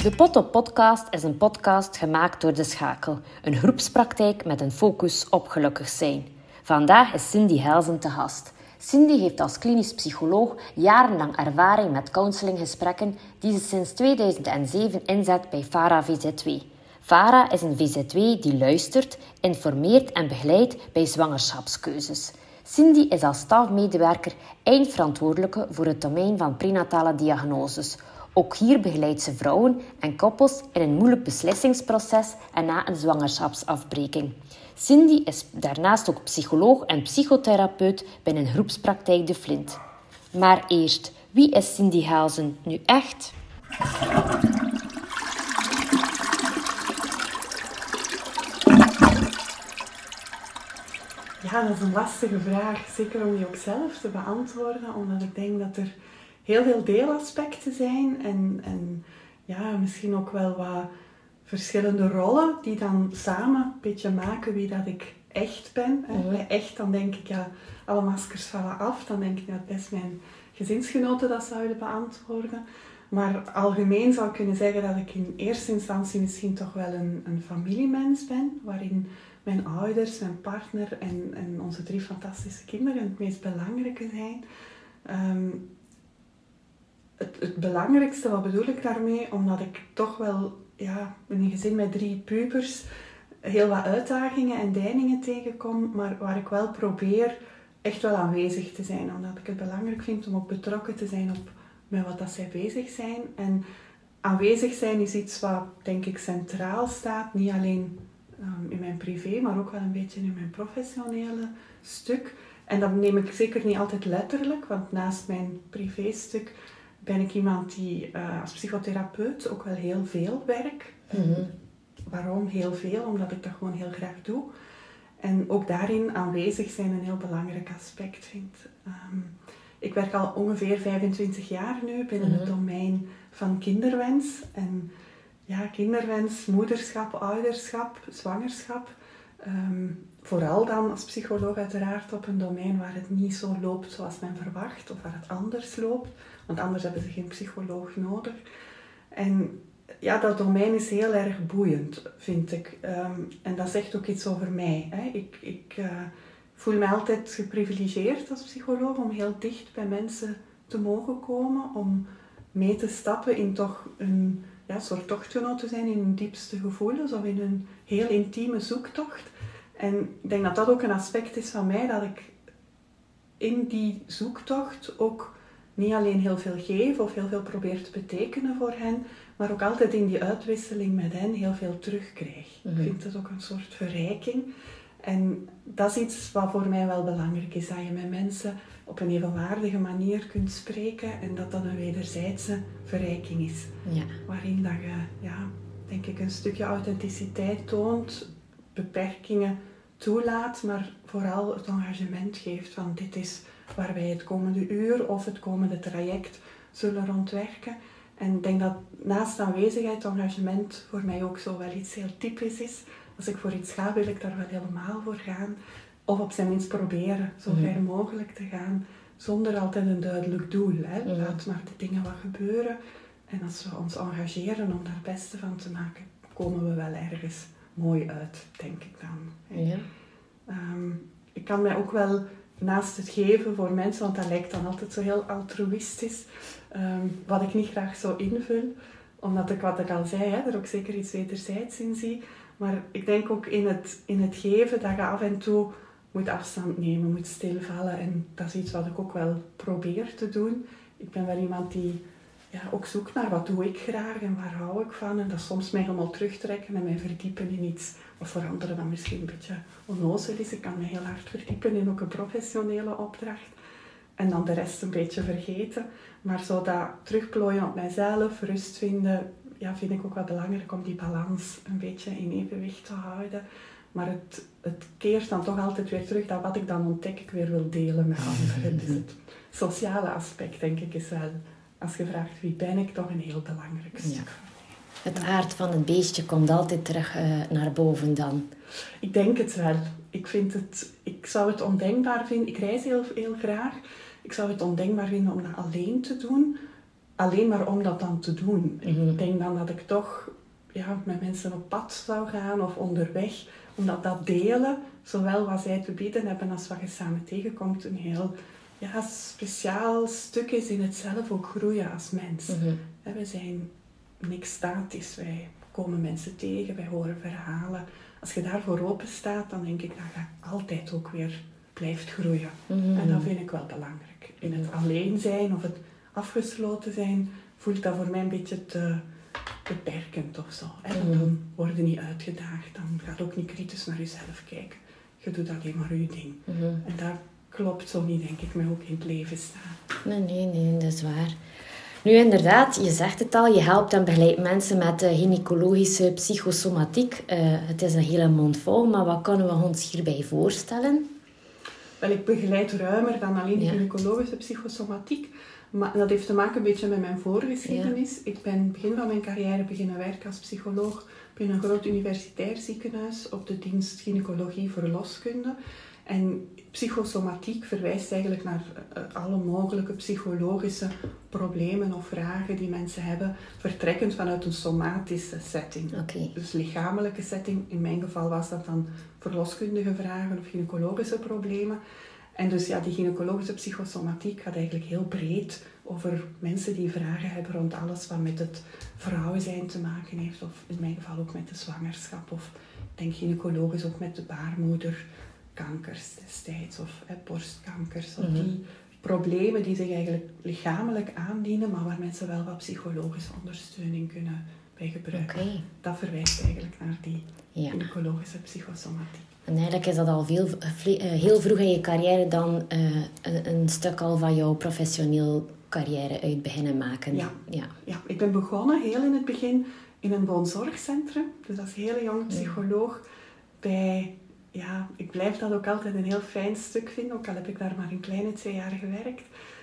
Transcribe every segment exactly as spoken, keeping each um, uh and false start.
De Potto Podcast is een podcast gemaakt door De Schakel, een groepspraktijk met een focus op gelukkig zijn. Vandaag is Cindy Helsen te gast. Cindy heeft als klinisch psycholoog jarenlang ervaring met counselinggesprekken die ze sinds tweeduizend zeven inzet bij Fara V Z W. Fara is een V Z W die luistert, informeert en begeleidt bij zwangerschapskeuzes. Cindy is als stafmedewerker eindverantwoordelijke voor het domein van prenatale diagnoses. Ook hier begeleidt ze vrouwen en koppels in een moeilijk beslissingsproces en na een zwangerschapsafbreking. Cindy is daarnaast ook psycholoog en psychotherapeut binnen groepspraktijk De Flint. Maar eerst, wie is Cindy Helsen nu echt? Ja, dat is een lastige vraag. Zeker om die ook zelf te beantwoorden, omdat ik denk dat er heel veel deelaspecten zijn en, en ja, misschien ook wel wat verschillende rollen die dan samen een beetje maken wie dat ik echt ben. En Mm-hmm. bij echt, dan denk ik, ja, alle maskers vallen af. Dan denk ik dat best mijn gezinsgenoten dat zouden beantwoorden. Maar algemeen zou ik kunnen zeggen dat ik in eerste instantie misschien toch wel een, een familiemens ben, waarin mijn ouders, mijn partner en, en onze drie fantastische kinderen het meest belangrijke zijn. Um, het, het belangrijkste, wat bedoel ik daarmee? Omdat ik toch wel ja, in een gezin met drie pubers heel wat uitdagingen en deiningen tegenkom, maar waar ik wel probeer echt wel aanwezig te zijn. Omdat ik het belangrijk vind om ook betrokken te zijn op met wat dat zij bezig zijn. En aanwezig zijn is iets wat, denk ik, centraal staat. Niet alleen um, in mijn privé, maar ook wel een beetje in mijn professionele stuk. En dat neem ik zeker niet altijd letterlijk, want naast mijn privéstuk ben ik iemand die uh, als psychotherapeut ook wel heel veel werk. Mm-hmm. Waarom heel veel? Omdat ik dat gewoon heel graag doe. En ook daarin aanwezig zijn een heel belangrijk aspect vind. Um, ik werk al ongeveer vijfentwintig jaar nu binnen mm-hmm. het domein van kinderwens. En ja, kinderwens, moederschap, ouderschap, zwangerschap. Um, vooral dan als psycholoog uiteraard op een domein waar het niet zo loopt zoals men verwacht. Of waar het anders loopt. Want anders hebben ze geen psycholoog nodig. En ja, dat domein is heel erg boeiend, vind ik. Um, en dat zegt ook iets over mij. Hè. Ik, ik uh, voel me altijd geprivilegeerd als psycholoog om heel dicht bij mensen te mogen komen. Om mee te stappen in toch een ja, soort tochtgenoot te zijn in hun diepste gevoelens of in hun heel intieme zoektocht. En ik denk dat dat ook een aspect is van mij, dat ik in die zoektocht ook niet alleen heel veel geef of heel veel probeer te betekenen voor hen, maar ook altijd in die uitwisseling met hen heel veel terugkrijg. Mm-hmm. Ik vind het ook een soort verrijking. En dat is iets wat voor mij wel belangrijk is, dat je met mensen op een evenwaardige manier kunt spreken en dat dat een wederzijdse verrijking is. Ja. Waarin dat je, ja, denk ik, een stukje authenticiteit toont, beperkingen toelaat, maar vooral het engagement geeft van dit is waar wij het komende uur of het komende traject zullen rondwerken. En ik denk dat naast aanwezigheid, engagement voor mij ook zo wel iets heel typisch is. Als ik voor iets ga, wil ik daar wel helemaal voor gaan. Of op zijn minst proberen zo ver mm. mogelijk te gaan, zonder altijd een duidelijk doel. Hè. Mm. Laat maar de dingen wat gebeuren. En als we ons engageren om daar het beste van te maken, komen we wel ergens mooi uit, denk ik dan. Ja. Um, ik kan mij ook wel naast het geven voor mensen, want dat lijkt dan altijd zo heel altruïstisch, um, wat ik niet graag zo invul, omdat ik, wat ik al zei, hè, er ook zeker iets wederzijds in zie. Maar ik denk ook in het, in het geven dat je af en toe moet afstand nemen, moet stilvallen. En dat is iets wat ik ook wel probeer te doen. Ik ben wel iemand die ja, ook zoekt naar wat doe ik graag en waar hou ik van. En dat soms mij helemaal terugtrekken en mij verdiepen in iets wat voor anderen dan misschien een beetje onnozel is. Ik kan me heel hard verdiepen in ook een professionele opdracht. En dan de rest een beetje vergeten. Maar zo dat terugplooien op mijzelf, rust vinden, ja, vind ik ook wel belangrijk om die balans een beetje in evenwicht te houden. Maar het, het keert dan toch altijd weer terug dat wat ik dan ontdek ik weer wil delen met anderen. Dus het sociale aspect, denk ik, is wel, als je vraagt wie ben ik, toch een heel belangrijk stuk. Ja. Het aard van het beestje komt altijd terug uh, naar boven dan. Ik denk het wel. Ik, vind het, ik zou het ondenkbaar vinden. Ik reis heel, heel graag. Ik zou het ondenkbaar vinden om dat alleen te doen. alleen maar om dat dan te doen. Mm-hmm. Ik denk dan dat ik toch ja, met mensen op pad zou gaan of onderweg, omdat dat delen, zowel wat zij te bieden hebben als wat je samen tegenkomt, een heel ja, speciaal stuk is in het zelf ook groeien als mens. Mm-hmm. We zijn niks statisch, wij komen mensen tegen, wij horen verhalen. Als je daarvoor open staat, dan denk ik dat je altijd ook weer blijft groeien. Mm-hmm. En dat vind ik wel belangrijk. In het alleen zijn of het afgesloten zijn, voelt dat voor mij een beetje te beperkend of zo. Hè? Mm-hmm. Dan word je niet uitgedaagd, dan ga je ook niet kritisch naar jezelf kijken. Je doet alleen maar je ding. Mm-hmm. En dat klopt zo niet, denk ik, mij ook in het leven staan. Nee, nee, nee, dat is waar. Nu inderdaad, je zegt het al, je helpt en begeleidt mensen met uh, gynaecologische psychosomatiek. Uh, het is een hele mond vol, maar wat kunnen we ons hierbij voorstellen? Wel, ik begeleid ruimer dan alleen de ja. gynaecologische psychosomatiek. Maar dat heeft te maken een beetje met mijn voorgeschiedenis. Ja. Ik ben begin van mijn carrière beginnen werken als psycholoog binnen een groot universitair ziekenhuis op de dienst gynaecologie verloskunde. En psychosomatiek verwijst eigenlijk naar uh, alle mogelijke psychologische problemen of vragen die mensen hebben, vertrekkend vanuit een somatische setting. Okay. Dus lichamelijke setting. In mijn geval was dat dan verloskundige vragen of gynaecologische problemen. En dus ja, die gynaecologische psychosomatiek gaat eigenlijk heel breed over mensen die vragen hebben rond alles wat met het vrouw zijn te maken heeft. Of in mijn geval ook met de zwangerschap. Of ik denk gynaecologisch ook met de baarmoederkankers destijds. Of hè, borstkankers. Of Mm-hmm. die problemen die zich eigenlijk lichamelijk aandienen, maar waar mensen wel wat psychologische ondersteuning kunnen bij gebruiken. Okay. Dat verwijst eigenlijk naar die ja. gynaecologische psychosomatiek. En eigenlijk is dat al veel, heel vroeg in je carrière dan uh, een, een stuk al van jouw professioneel carrière uit beginnen maken. Ja. Ja. ja, ik ben begonnen heel in het begin in een woonzorgcentrum. Dus als hele jonge psycholoog bij, ja, ik blijf dat ook altijd een heel fijn stuk vinden, ook al heb ik daar maar een kleine twee jaar gewerkt.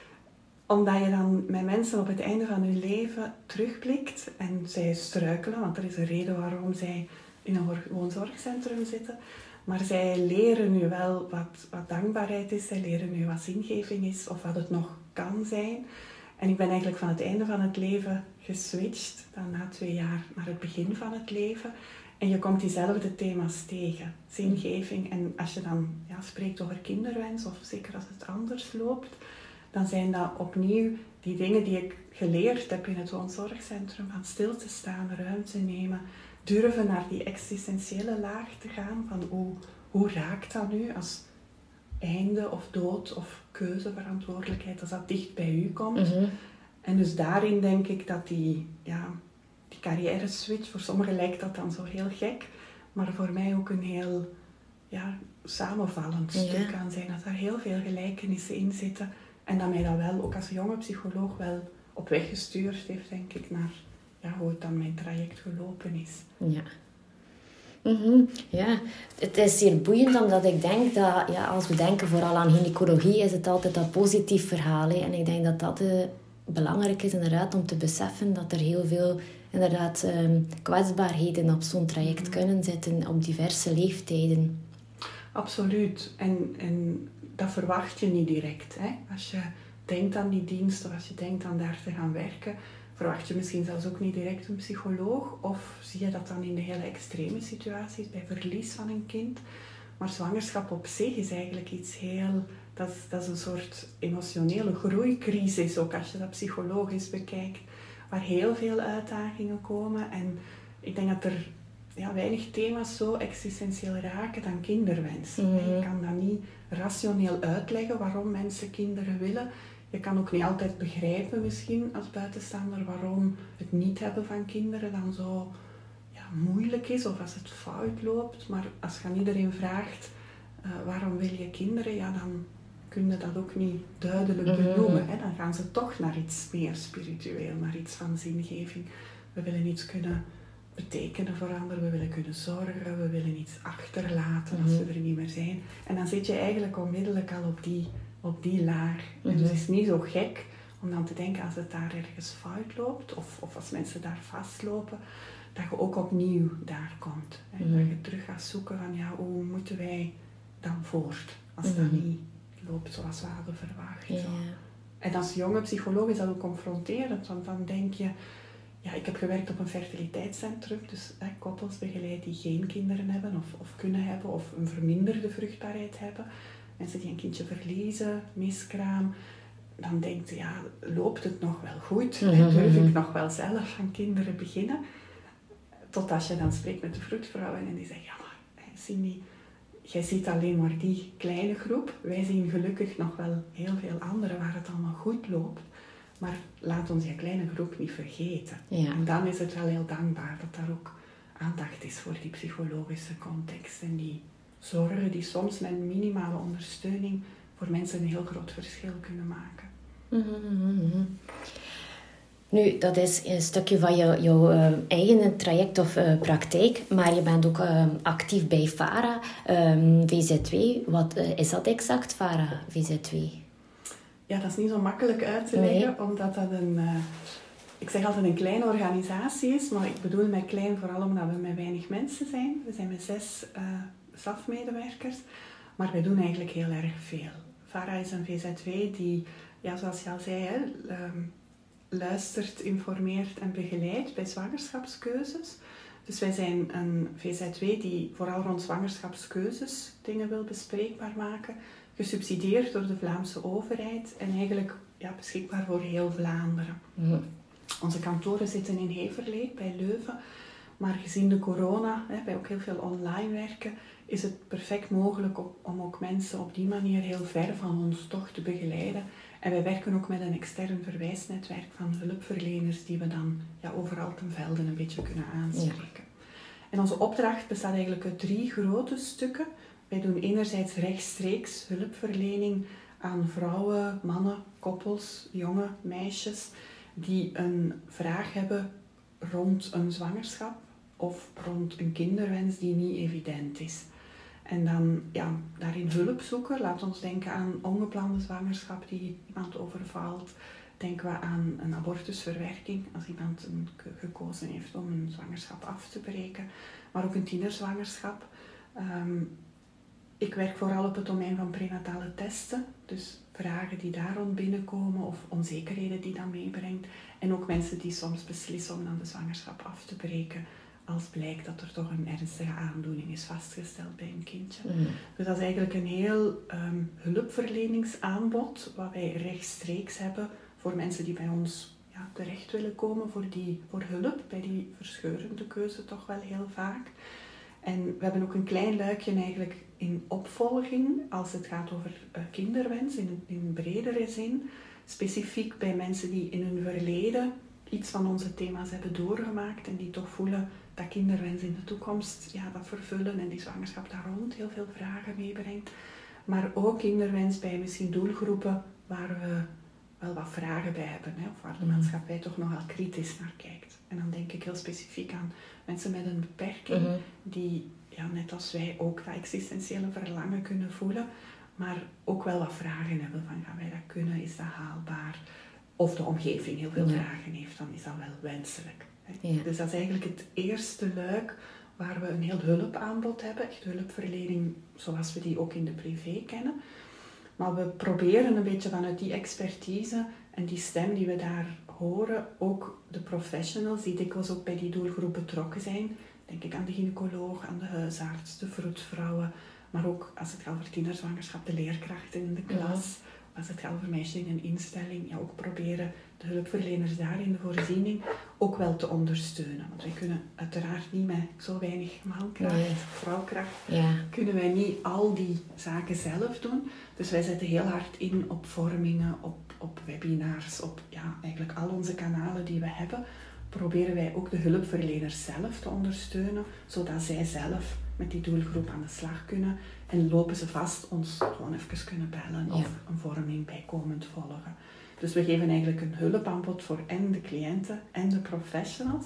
Omdat je dan met mensen op het einde van hun leven terugblikt en zij struikelen, want er is een reden waarom zij in een woonzorgcentrum zitten. Maar zij leren nu wel wat, wat dankbaarheid is, zij leren nu wat zingeving is of wat het nog kan zijn. En ik ben eigenlijk van het einde van het leven geswitcht, dan na twee jaar naar het begin van het leven. En je komt diezelfde thema's tegen, zingeving. En als je dan ja, spreekt over kinderwens, of zeker als het anders loopt, dan zijn dat opnieuw die dingen die ik geleerd heb in het woonzorgcentrum, van stil te staan, ruimte nemen, durven naar die existentiële laag te gaan, van hoe, hoe raakt dat nu als einde of dood of keuzeverantwoordelijkheid, als dat dicht bij u komt. Mm-hmm. En dus daarin denk ik dat die, ja, die carrière switch, voor sommigen lijkt dat dan zo heel gek, maar voor mij ook een heel ja, samenvallend ja. stuk kan zijn, dat er heel veel gelijkenissen in zitten en dat mij dat wel, ook als jonge psycholoog, wel op weg gestuurd heeft, denk ik, naar ja, hoe het dan mijn traject gelopen is. Ja. Mm-hmm. Ja, het is zeer boeiend omdat ik denk dat ja, als we denken vooral aan gynaecologie is het altijd dat positief verhaal. Hè? En ik denk dat dat uh, belangrijk is inderdaad om te beseffen dat er heel veel inderdaad um, kwetsbaarheden op zo'n traject mm-hmm. kunnen zitten op diverse leeftijden. Absoluut. En, en dat verwacht je niet direct. Hè? Als je denkt aan die dienst of als je denkt aan daar te gaan werken, verwacht je misschien zelfs ook niet direct een psycholoog. Of zie je dat dan in de hele extreme situaties, bij verlies van een kind. Maar zwangerschap op zich is eigenlijk iets heel... Dat is, dat is een soort emotionele groeicrisis, ook als je dat psychologisch bekijkt. Waar heel veel uitdagingen komen. En ik denk dat er ja, weinig thema's zo existentieel raken dan kinderwens. Mm-hmm. Je kan dat niet rationeel uitleggen waarom mensen kinderen willen. Je kan ook niet altijd begrijpen misschien als buitenstaander waarom het niet hebben van kinderen dan zo ja, moeilijk is of als het fout loopt. Maar als je aan iedereen vraagt uh, waarom wil je kinderen, ja, dan kun je dat ook niet duidelijk mm-hmm. benoemen. Hè? Dan gaan ze toch naar iets meer spiritueel, naar iets van zingeving. We willen iets kunnen betekenen voor anderen, we willen kunnen zorgen, we willen iets achterlaten mm-hmm. als we er niet meer zijn. En dan zit je eigenlijk onmiddellijk al op die... op die laag. Mm-hmm. En dus het is niet zo gek om dan te denken als het daar ergens fout loopt of, of als mensen daar vastlopen, dat je ook opnieuw daar komt. Hè? Mm-hmm. Dat je terug gaat zoeken van ja, hoe moeten wij dan voort als mm-hmm. dat niet loopt zoals we hadden verwacht. Yeah. Zo. En als jonge psycholoog is dat ook confronterend, want dan denk je... Ja, ik heb gewerkt op een fertiliteitscentrum, dus hè, koppels begeleid die geen kinderen hebben of, of kunnen hebben of een verminderde vruchtbaarheid hebben. Mensen die een kindje verliezen, miskraam. Dan denkt je, ja, loopt het nog wel goed? Mm-hmm. Durf ik nog wel zelf aan kinderen beginnen? Tot als je dan spreekt met de vroedvrouwen en die zeggen, ja maar Cindy, jij ziet alleen maar die kleine groep. Wij zien gelukkig nog wel heel veel anderen waar het allemaal goed loopt. Maar laat ons die kleine groep niet vergeten. Ja. En dan is het wel heel dankbaar dat daar ook aandacht is voor die psychologische context. En die zorgen die soms met minimale ondersteuning voor mensen een heel groot verschil kunnen maken. Mm-hmm. Nu, dat is een stukje van jou, jouw uh, eigen traject of uh, praktijk, maar je bent ook uh, actief bij VARA, um, V Z W. Wat uh, is dat exact, VARA, V Z W? Ja, dat is niet zo makkelijk uit te leggen, nee. Omdat dat een... Uh, ik zeg altijd een kleine organisatie is, maar ik bedoel met klein vooral omdat we met weinig mensen zijn. We zijn met zes uh, stafmedewerkers, maar wij doen eigenlijk heel erg veel. VARA is een V Z W die, ja, zoals je al zei, hè, um, luistert, informeert en begeleidt bij zwangerschapskeuzes. Dus wij zijn een V Z W die vooral rond zwangerschapskeuzes dingen wil bespreekbaar maken, gesubsidieerd door de Vlaamse overheid en eigenlijk ja, beschikbaar voor heel Vlaanderen. Mm. Onze kantoren zitten in Heverlee, bij Leuven, maar gezien de corona, hè, wij ook heel veel online werken, is het perfect mogelijk om, om ook mensen op die manier heel ver van ons toch te begeleiden. En wij werken ook met een extern verwijsnetwerk van hulpverleners die we dan ja, overal ten velde een beetje kunnen aanspreken. Ja. En onze opdracht bestaat eigenlijk uit drie grote stukken. Wij doen enerzijds rechtstreeks hulpverlening aan vrouwen, mannen, koppels, jonge meisjes die een vraag hebben rond een zwangerschap of rond een kinderwens die niet evident is. En dan ja, daarin hulp zoeken. Laat ons denken aan ongeplande zwangerschap die iemand overvalt. Denken we aan een abortusverwerking als iemand een k- gekozen heeft om een zwangerschap af te breken. Maar ook een tienerzwangerschap. Um, ik werk vooral op het domein van prenatale testen. Dus vragen die daar rond binnenkomen of onzekerheden die dat meebrengt. En ook mensen die soms beslissen om dan de zwangerschap af te breken als blijkt dat er toch een ernstige aandoening is vastgesteld bij een kindje. Mm. Dus dat is eigenlijk een heel um, hulpverleningsaanbod wat wij rechtstreeks hebben voor mensen die bij ons ja, terecht willen komen voor, die, voor hulp, bij die verscheurende keuze toch wel heel vaak. En we hebben ook een klein luikje eigenlijk in opvolging als het gaat over uh, kinderwens in, in bredere zin. Specifiek bij mensen die in hun verleden iets van onze thema's hebben doorgemaakt en die toch voelen dat kinderwens in de toekomst ja, dat vervullen en die zwangerschap daar rond heel veel vragen meebrengt. Maar ook kinderwens bij misschien doelgroepen waar we wel wat vragen bij hebben, hè, of waar de maatschappij toch nogal kritisch naar kijkt. En dan denk ik heel specifiek aan mensen met een beperking, mm-hmm. die ja, net als wij ook dat existentiële verlangen kunnen voelen, maar ook wel wat vragen hebben van gaan wij dat kunnen, is dat haalbaar? Of de omgeving heel veel ja. vragen heeft, dan is dat wel wenselijk. Ja. Dus dat is eigenlijk het eerste luik waar we een heel hulpaanbod hebben, echt hulpverlening zoals we die ook in de privé kennen. Maar we proberen een beetje vanuit die expertise en die stem die we daar horen, ook de professionals die dikwijls ook bij die doelgroep betrokken zijn, denk ik aan de gynaecoloog, aan de huisarts, de vroedvrouwen, maar ook als het gaat over tienerzwangerschap, de leerkrachten in de klas, ja. als het gaat over meisjes in een instelling, ja, ook proberen de hulpverleners daar in de voorziening ook wel te ondersteunen. Want wij kunnen uiteraard niet met zo weinig mankracht, nee. vrouwkracht, ja. kunnen wij niet al die zaken zelf doen. Dus wij zetten heel hard in op vormingen, op, op webinars, op ja, eigenlijk al onze kanalen die we hebben. Proberen wij ook de hulpverleners zelf te ondersteunen, zodat zij zelf met die doelgroep aan de slag kunnen. En lopen ze vast, ons gewoon even kunnen bellen of ja. een vorming bijkomend volgen. Dus we geven eigenlijk een hulpaanbod voor en de cliënten en de professionals.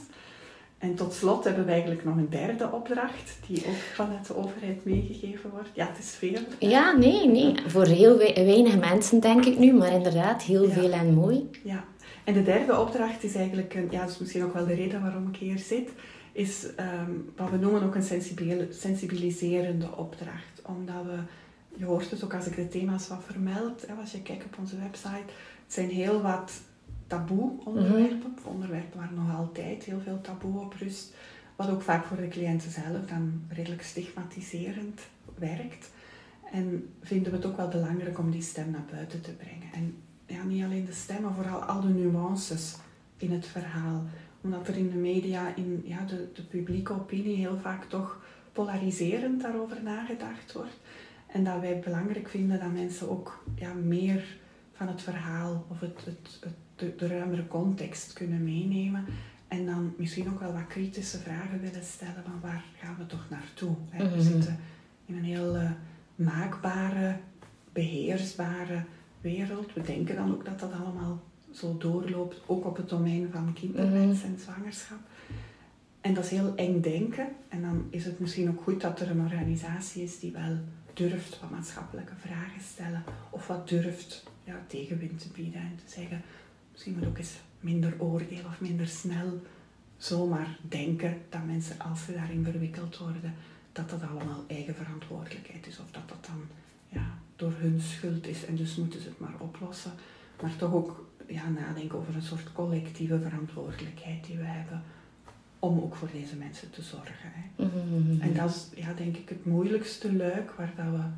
En tot slot hebben we eigenlijk nog een derde opdracht, die ook vanuit de overheid meegegeven wordt. Ja, het is veel. Ja, nee, nee. Voor heel weinig mensen denk ik nu, maar inderdaad heel ja. veel en mooi. Ja, en de derde opdracht is eigenlijk, een, ja, dat is misschien ook wel de reden waarom ik hier zit, is um, wat we noemen ook een sensibiliserende opdracht. Omdat we je hoort het ook als ik de thema's wat vermeld. Hè, als je kijkt op onze website. Het zijn heel wat taboe onderwerpen. Mm-hmm. Onderwerpen waar nog altijd heel veel taboe op rust. Wat ook vaak voor de cliënten zelf dan redelijk stigmatiserend werkt. En vinden we het ook wel belangrijk om die stem naar buiten te brengen. En ja, niet alleen de stem, maar vooral al de nuances in het verhaal. Omdat er in de media, in ja, de, de publieke opinie heel vaak toch polariserend daarover nagedacht wordt. En dat wij belangrijk vinden dat mensen ook ja, meer van het verhaal of het, het, het, de, de ruimere context kunnen meenemen. En dan misschien ook wel wat kritische vragen willen stellen van waar gaan we toch naartoe. Hè? Mm-hmm. We zitten in een heel uh, maakbare, beheersbare wereld. We denken dan ook dat dat allemaal zo doorloopt, ook op het domein van kinderwens en zwangerschap. En dat is heel eng denken. En dan is het misschien ook goed dat er een organisatie is die wel durft wat maatschappelijke vragen stellen. Of wat durft ja, tegenwind te bieden en te zeggen, misschien moet ook eens minder oordeel of minder snel zomaar denken dat mensen, als ze daarin verwikkeld worden, dat dat allemaal eigen verantwoordelijkheid is. Of dat dat dan ja, door hun schuld is en dus moeten ze het maar oplossen. Maar toch ook ja, nadenken over een soort collectieve verantwoordelijkheid die we hebben om ook voor deze mensen te zorgen. Hè. Mm-hmm. En dat is ja, denk ik het moeilijkste luik waar dat we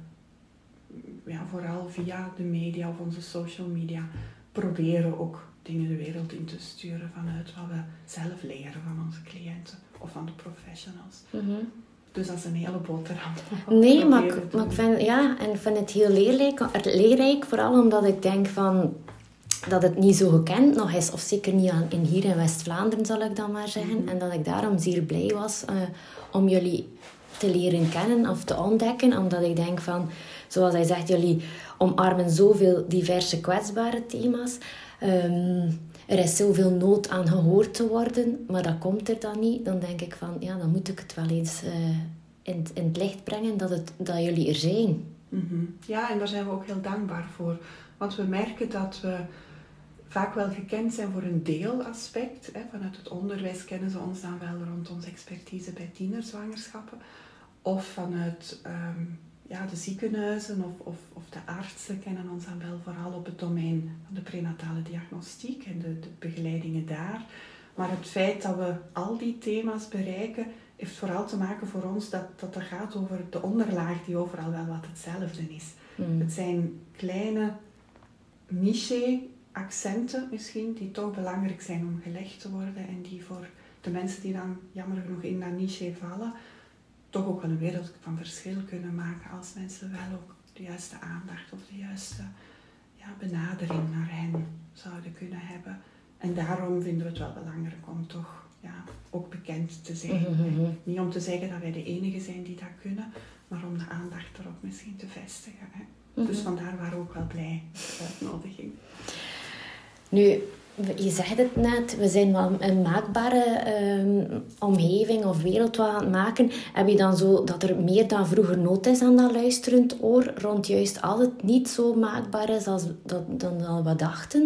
ja, vooral via de media of onze social media proberen ook dingen de wereld in te sturen vanuit wat we zelf leren van onze cliënten of van de professionals. Mm-hmm. Dus dat is een hele boterham. Nee, maar ik, maar ik vind, ja, en ik vind het heel leerrijk, leerrijk, vooral omdat ik denk van dat het niet zo gekend nog is, of zeker niet aan, in hier in West-Vlaanderen zal ik dan maar zeggen. Mm-hmm. En dat ik daarom zeer blij was uh, om jullie te leren kennen of te ontdekken, omdat ik denk van, zoals hij zegt, jullie omarmen zoveel diverse kwetsbare thema's. Um, er is zoveel nood aan gehoord te worden, maar dat komt er dan niet. Dan denk ik van, ja, dan moet ik het wel eens uh, in, in het licht brengen dat, het, dat jullie er zijn. Mm-hmm. Ja, en daar zijn we ook heel dankbaar voor. Want we merken dat we vaak wel gekend zijn voor een deelaspect. Hè. Vanuit het onderwijs kennen ze ons dan wel rond onze expertise bij tienerzwangerschappen. Of vanuit um, ja, de ziekenhuizen of, of, of de artsen kennen ons dan wel vooral op het domein van de prenatale diagnostiek en de, de begeleidingen daar. Maar het feit dat we al die thema's bereiken, heeft vooral te maken voor ons dat, dat het gaat over de onderlaag die overal wel wat hetzelfde is. Mm. Het zijn kleine niche-accenten misschien, die toch belangrijk zijn om gelegd te worden en die voor de mensen die dan jammer genoeg in dat niche vallen, toch ook wel een wereld van verschil kunnen maken als mensen wel ook de juiste aandacht of de juiste ja, benadering naar hen zouden kunnen hebben. En daarom vinden we het wel belangrijk om toch ja, ook bekend te zijn. Mm-hmm. Niet om te zeggen dat wij de enige zijn die dat kunnen, maar om de aandacht erop misschien te vestigen. Hè. Mm-hmm. Dus vandaar waren we ook wel blij met de uitnodiging. Nu, je zegt het net, we zijn wel een maakbare um, omgeving of wereld wat aan het maken. Heb je dan zo dat er meer dan vroeger nood is aan dat luisterend oor, rond juist als het niet zo maakbaar is als dat, dan we dachten?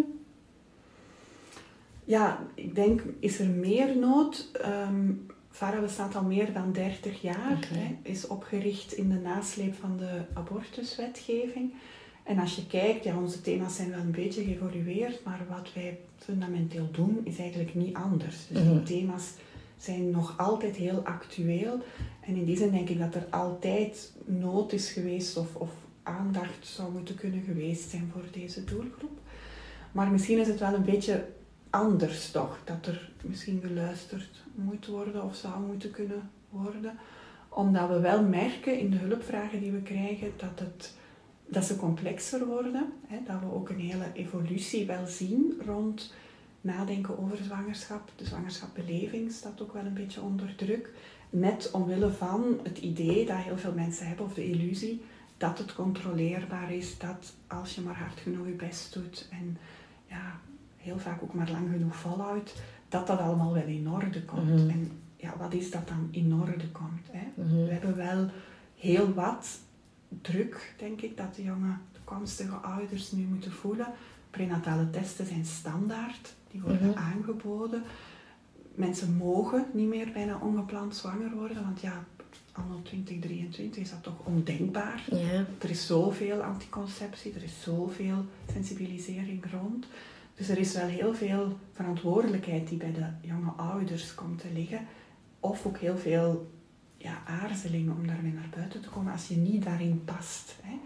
Ja, ik denk, is er meer nood? Um, VARA bestaat al meer dan dertig jaar. Okay. Hè, is opgericht in de nasleep van de abortuswetgeving. En als je kijkt, ja, onze thema's zijn wel een beetje geëvolueerd, maar wat wij fundamenteel doen is eigenlijk niet anders. Dus mm-hmm. die thema's zijn nog altijd heel actueel. En in die zin denk ik dat er altijd nood is geweest of, of aandacht zou moeten kunnen geweest zijn voor deze doelgroep. Maar misschien is het wel een beetje anders toch, dat er misschien geluisterd moet worden of zou moeten kunnen worden. Omdat we wel merken in de hulpvragen die we krijgen dat het dat ze complexer worden, hè, dat we ook een hele evolutie wel zien rond nadenken over zwangerschap. De zwangerschapbeleving staat ook wel een beetje onder druk, net omwille van het idee dat heel veel mensen hebben, of de illusie, dat het controleerbaar is, dat als je maar hard genoeg je best doet en ja, heel vaak ook maar lang genoeg volhoudt, dat dat allemaal wel in orde komt. Mm-hmm. En ja, wat is dat dan in orde komt? Hè? Mm-hmm. We hebben wel heel wat druk, denk ik, dat de jonge toekomstige ouders nu moeten voelen. Prenatale testen zijn standaard, die worden mm-hmm. aangeboden. Mensen mogen niet meer bijna ongepland zwanger worden, want ja, anno twintig drieëntwintig is dat toch ondenkbaar. Ja. Er is zoveel anticonceptie, er is zoveel sensibilisering rond. Dus er is wel heel veel verantwoordelijkheid die bij de jonge ouders komt te liggen. Of ook heel veel ja, aarzeling om daarmee naar buiten te komen als je niet daarin past. Hè.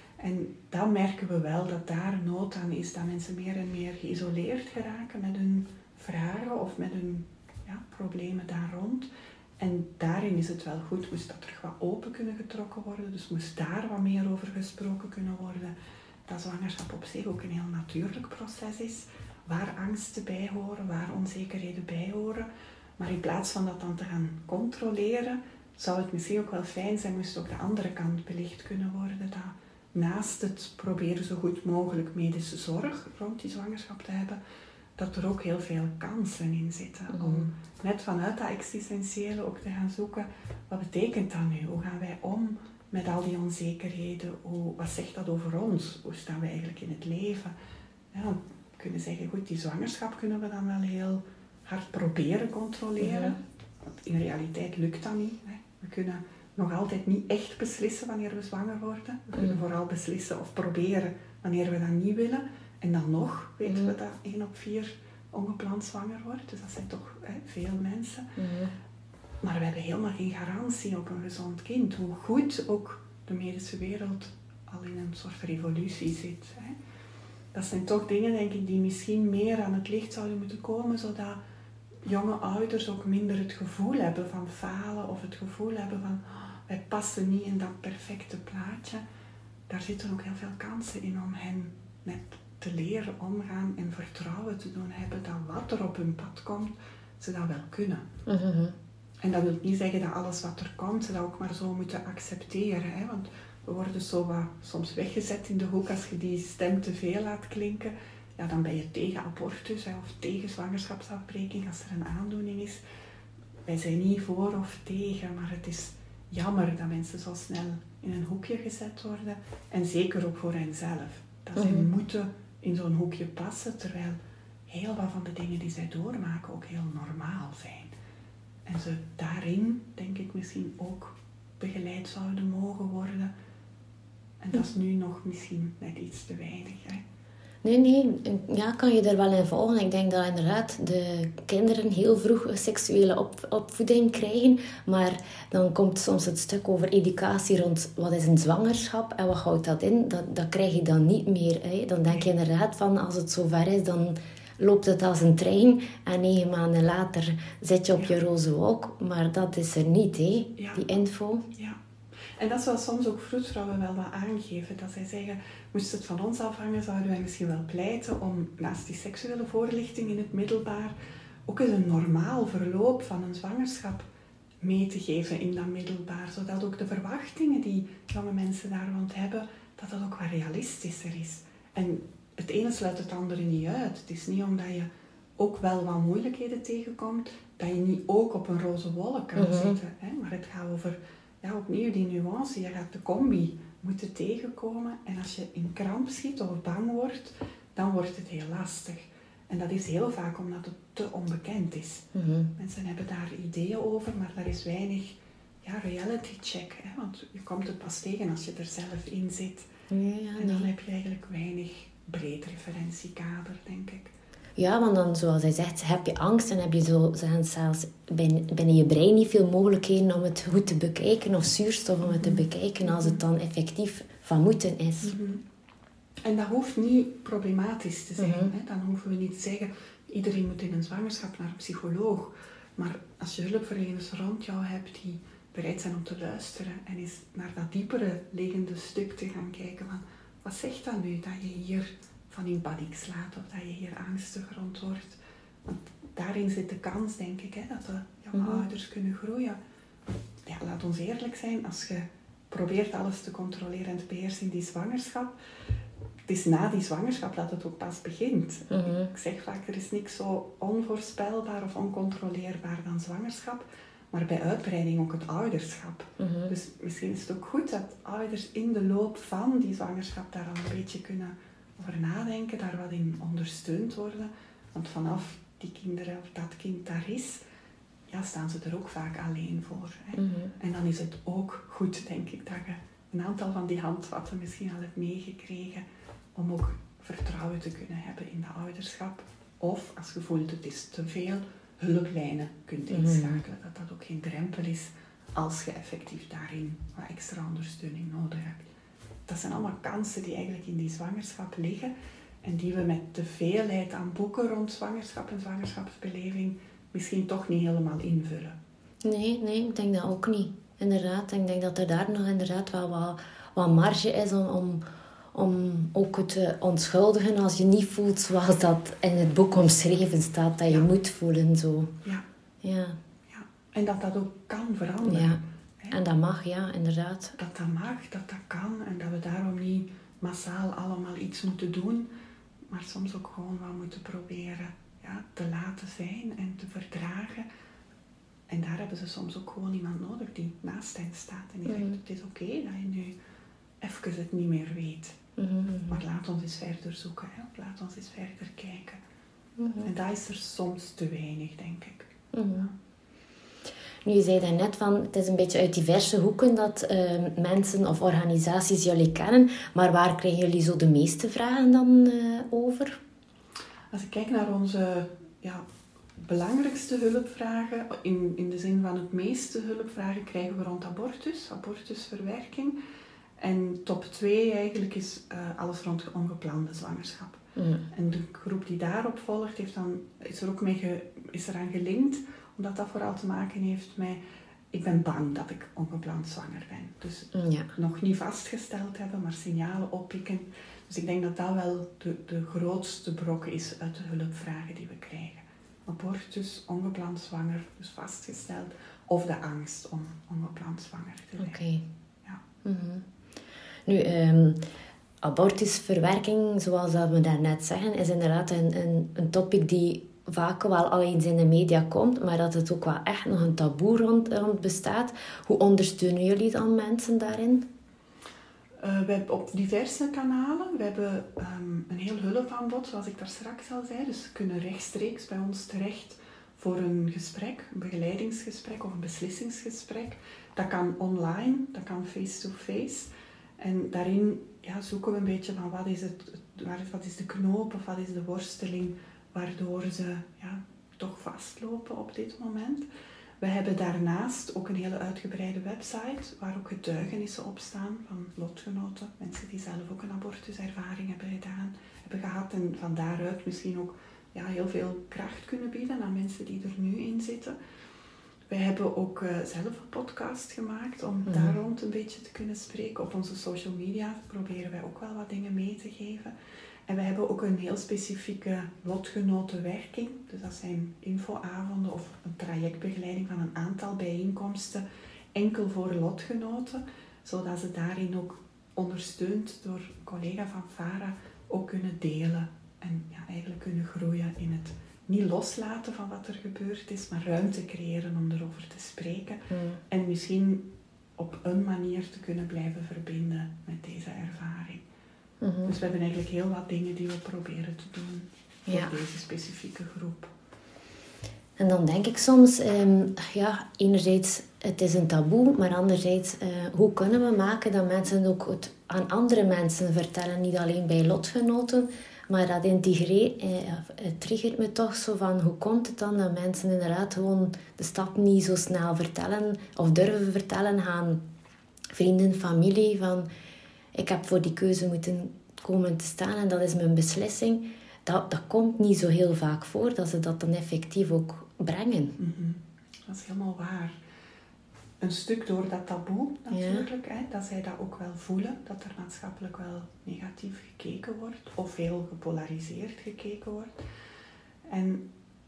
En dan merken we wel dat daar nood aan is, dat mensen meer en meer geïsoleerd geraken met hun vragen of met hun ja, problemen daar rond. En daarin is het wel goed, moest dat terug wat open kunnen getrokken worden, dus moest daar wat meer over gesproken kunnen worden. Dat zwangerschap op zich ook een heel natuurlijk proces is, waar angsten bij horen, waar onzekerheden bij horen. Maar in plaats van dat dan te gaan controleren, zou het misschien ook wel fijn zijn, moest ook de andere kant belicht kunnen worden. Dat naast het proberen zo goed mogelijk medische zorg rond die zwangerschap te hebben, dat er ook heel veel kansen in zitten. Mm. Om net vanuit dat existentiële ook te gaan zoeken, wat betekent dat nu? Hoe gaan wij om met al die onzekerheden? Hoe, wat zegt dat over ons? Hoe staan we eigenlijk in het leven? Ja, dan kunnen we zeggen, goed, die zwangerschap kunnen we dan wel heel hard proberen controleren. Mm. Want in realiteit lukt dat niet. Hè. We kunnen nog altijd niet echt beslissen wanneer we zwanger worden. We kunnen mm. vooral beslissen of proberen wanneer we dat niet willen. En dan nog weten mm. we dat één op vier ongepland zwanger wordt. Dus dat zijn toch hè, veel mensen. Mm. Maar we hebben helemaal geen garantie op een gezond kind. Hoe goed ook de medische wereld al in een soort revolutie zit. Hè. Dat zijn toch dingen, denk ik, die misschien meer aan het licht zouden moeten komen, zodat jonge ouders ook minder het gevoel hebben van falen of het gevoel hebben van oh, wij passen niet in dat perfecte plaatje. Daar zitten ook heel veel kansen in om hen net te leren omgaan en vertrouwen te doen hebben dat wat er op hun pad komt, ze dat wel kunnen. Mm-hmm. En dat wil niet zeggen dat alles wat er komt, ze dat ook maar zo moeten accepteren. Hè? Want we worden zo wat soms weggezet in de hoek als je die stem te veel laat klinken. Ja, dan ben je tegen abortus hè, of tegen zwangerschapsafbreking als er een aandoening is. Wij zijn niet voor of tegen, maar het is jammer dat mensen zo snel in een hoekje gezet worden. En zeker ook voor henzelf. Dat zij mm-hmm. moeten in zo'n hoekje passen, terwijl heel wat van de dingen die zij doormaken ook heel normaal zijn. En ze daarin, denk ik, misschien ook begeleid zouden mogen worden. En dat is nu nog misschien net iets te weinig. Hè? Nee, nee, ja, kan je er wel in volgen. Ik denk dat inderdaad de kinderen heel vroeg seksuele op, opvoeding krijgen. Maar dan komt soms het stuk over educatie rond wat is een zwangerschap en wat houdt dat in. Dat, dat krijg je dan niet meer. Hè. Dan denk je inderdaad van als het zover is, dan loopt het als een trein. En negen maanden later zit je op je roze wolk. Maar dat is er niet, hè, ja. die info. Ja. En dat is wat soms ook vroedvrouwen wel wat aangeven. Dat zij zeggen, moest het van ons afhangen, zouden wij misschien wel pleiten om naast die seksuele voorlichting in het middelbaar ook eens een normaal verloop van een zwangerschap mee te geven in dat middelbaar. Zodat ook de verwachtingen die jonge mensen daar rond hebben, dat dat ook wat realistischer is. En het ene sluit het andere niet uit. Het is niet omdat je ook wel wat moeilijkheden tegenkomt, dat je niet ook op een roze wolk kan mm-hmm. zitten. Hè? Maar het gaat over... Ja, opnieuw die nuance. Je gaat de combi moeten tegenkomen. En als je in kramp schiet of bang wordt, dan wordt het heel lastig. En dat is heel vaak omdat het te onbekend is. Mm-hmm. Mensen hebben daar ideeën over, maar daar is weinig ja, reality check. Hè? Want je komt het pas tegen als je er zelf in zit. Ja, ja, en dan nee. heb je eigenlijk weinig breed referentiekader, denk ik. Ja, want dan, zoals hij zegt, heb je angst en heb je zo, zelfs binnen, binnen je brein niet veel mogelijkheden om het goed te bekijken of zuurstof om het te bekijken als het dan effectief van moeten is. Mm-hmm. En dat hoeft niet problematisch te zijn. Mm-hmm. Hè? Dan hoeven we niet te zeggen, iedereen moet in een zwangerschap naar een psycholoog. Maar als je hulpverleners rond jou hebt die bereid zijn om te luisteren en eens naar dat diepere liggende stuk te gaan kijken van, wat zegt dat nu dat je hier van in paniek slaat of dat je hier angstig rond wordt. Want daarin zit de kans, denk ik, hè, dat de jonge mm-hmm. ouders kunnen groeien. Ja, laat ons eerlijk zijn, als je probeert alles te controleren en te beheersen in die zwangerschap, het is na die zwangerschap dat het ook pas begint. Mm-hmm. Ik zeg vaak, er is niks zo onvoorspelbaar of oncontroleerbaar dan zwangerschap, maar bij uitbreiding ook het ouderschap. Mm-hmm. Dus misschien is het ook goed dat ouders in de loop van die zwangerschap daar al een beetje kunnen over nadenken, daar wat in ondersteund worden. Want vanaf die kinderen of dat kind daar is, ja, staan ze er ook vaak alleen voor. Hè. Mm-hmm. En dan is het ook goed, denk ik, dat je een aantal van die handvatten misschien al hebt meegekregen om ook vertrouwen te kunnen hebben in de ouderschap. Of als je voelt het is te veel, hulplijnen kunt inschakelen. Mm-hmm. Dat dat ook geen drempel is als je effectief daarin wat extra ondersteuning nodig hebt. Dat zijn allemaal kansen die eigenlijk in die zwangerschap liggen en die we met de veelheid aan boeken rond zwangerschap en zwangerschapsbeleving misschien toch niet helemaal invullen. Nee, nee, ik denk dat ook niet. Inderdaad, ik denk dat er daar nog inderdaad wel wat, wat marge is om, om, om ook het te onschuldigen als je niet voelt zoals dat in het boek omschreven staat, dat je ja. moet voelen. Zo. Ja. Ja. ja. En dat dat ook kan veranderen. Ja. En dat mag, ja, inderdaad. Dat dat mag, dat dat kan en dat we daarom niet massaal allemaal iets moeten doen, maar soms ook gewoon wat moeten proberen ja, te laten zijn en te verdragen. En daar hebben ze soms ook gewoon iemand nodig die naast hen staat en die mm-hmm. zegt, het is oké okay dat je nu even het niet meer weet. Mm-hmm. Maar laat ons eens verder zoeken, hè? Laat ons eens verder kijken. Mm-hmm. En dat is er soms te weinig, denk ik. Mm-hmm. Nu, je zei daarnet van, het is een beetje uit diverse hoeken dat uh, mensen of organisaties jullie kennen, maar waar krijgen jullie zo de meeste vragen dan uh, over? Als ik kijk naar onze ja, belangrijkste hulpvragen, in, in de zin van het meeste hulpvragen krijgen we rond abortus, abortusverwerking. En top twee eigenlijk is uh, alles rond ongeplande zwangerschap. Mm. En de groep die daarop volgt, heeft dan, is er ook mee ge, is eraan gelinkt, omdat dat vooral te maken heeft met, ik ben bang dat ik ongepland zwanger ben. Dus ja. nog niet vastgesteld hebben, maar signalen oppikken. Dus ik denk dat dat wel de, de grootste brok is uit de hulpvragen die we krijgen. Abortus, ongepland zwanger, dus vastgesteld, of de angst om ongepland zwanger te zijn. Oké. Okay. Ja. Mm-hmm. Nu, um, abortusverwerking, zoals dat we daarnet zeggen, is inderdaad een, een, een topic die vaak wel al eens in de media komt, maar dat het ook wel echt nog een taboe rond, rond bestaat. Hoe ondersteunen jullie dan mensen daarin? Uh, we hebben op diverse kanalen. We hebben um, een heel hulpaanbod, zoals ik daar straks al zei. Dus ze kunnen rechtstreeks bij ons terecht voor een gesprek, een begeleidingsgesprek of een beslissingsgesprek. Dat kan online, dat kan face-to-face. En daarin ja, zoeken we een beetje van wat is, het, wat is de knoop of wat is de worsteling waardoor ze ja, toch vastlopen op dit moment. We hebben daarnaast ook een hele uitgebreide website waar ook getuigenissen op staan van lotgenoten, mensen die zelf ook een abortuservaring hebben gedaan, hebben gehad en van daaruit misschien ook ja, heel veel kracht kunnen bieden aan mensen die er nu in zitten. Wij hebben ook uh, zelf een podcast gemaakt om mm-hmm. daar rond een beetje te kunnen spreken. Op onze social media proberen wij ook wel wat dingen mee te geven. En we hebben ook een heel specifieke lotgenotenwerking. Dus dat zijn infoavonden of een trajectbegeleiding van een aantal bijeenkomsten. Enkel voor lotgenoten. Zodat ze daarin ook ondersteund door een collega van Fara ook kunnen delen. En ja, eigenlijk kunnen groeien in het niet loslaten van wat er gebeurd is. Maar ruimte creëren om erover te spreken. Mm. En misschien op een manier te kunnen blijven verbinden met deze ervaring. Mm-hmm. Dus we hebben eigenlijk heel wat dingen die we proberen te doen voor ja. deze specifieke groep. En dan denk ik soms, um, ja, enerzijds het is een taboe, maar anderzijds, uh, hoe kunnen we maken dat mensen ook het aan andere mensen vertellen, niet alleen bij lotgenoten, maar dat integreert, eh, het triggert me toch zo van, hoe komt het dan dat mensen inderdaad gewoon de stap niet zo snel vertellen, of durven vertellen aan vrienden, familie, van ik heb voor die keuze moeten komen te staan en dat is mijn beslissing. Dat, dat komt niet zo heel vaak voor, dat ze dat dan effectief ook brengen. Mm-hmm. Dat is helemaal waar. Een stuk door dat taboe natuurlijk, ja. hè, dat zij dat ook wel voelen, dat er maatschappelijk wel negatief gekeken wordt, of heel gepolariseerd gekeken wordt. En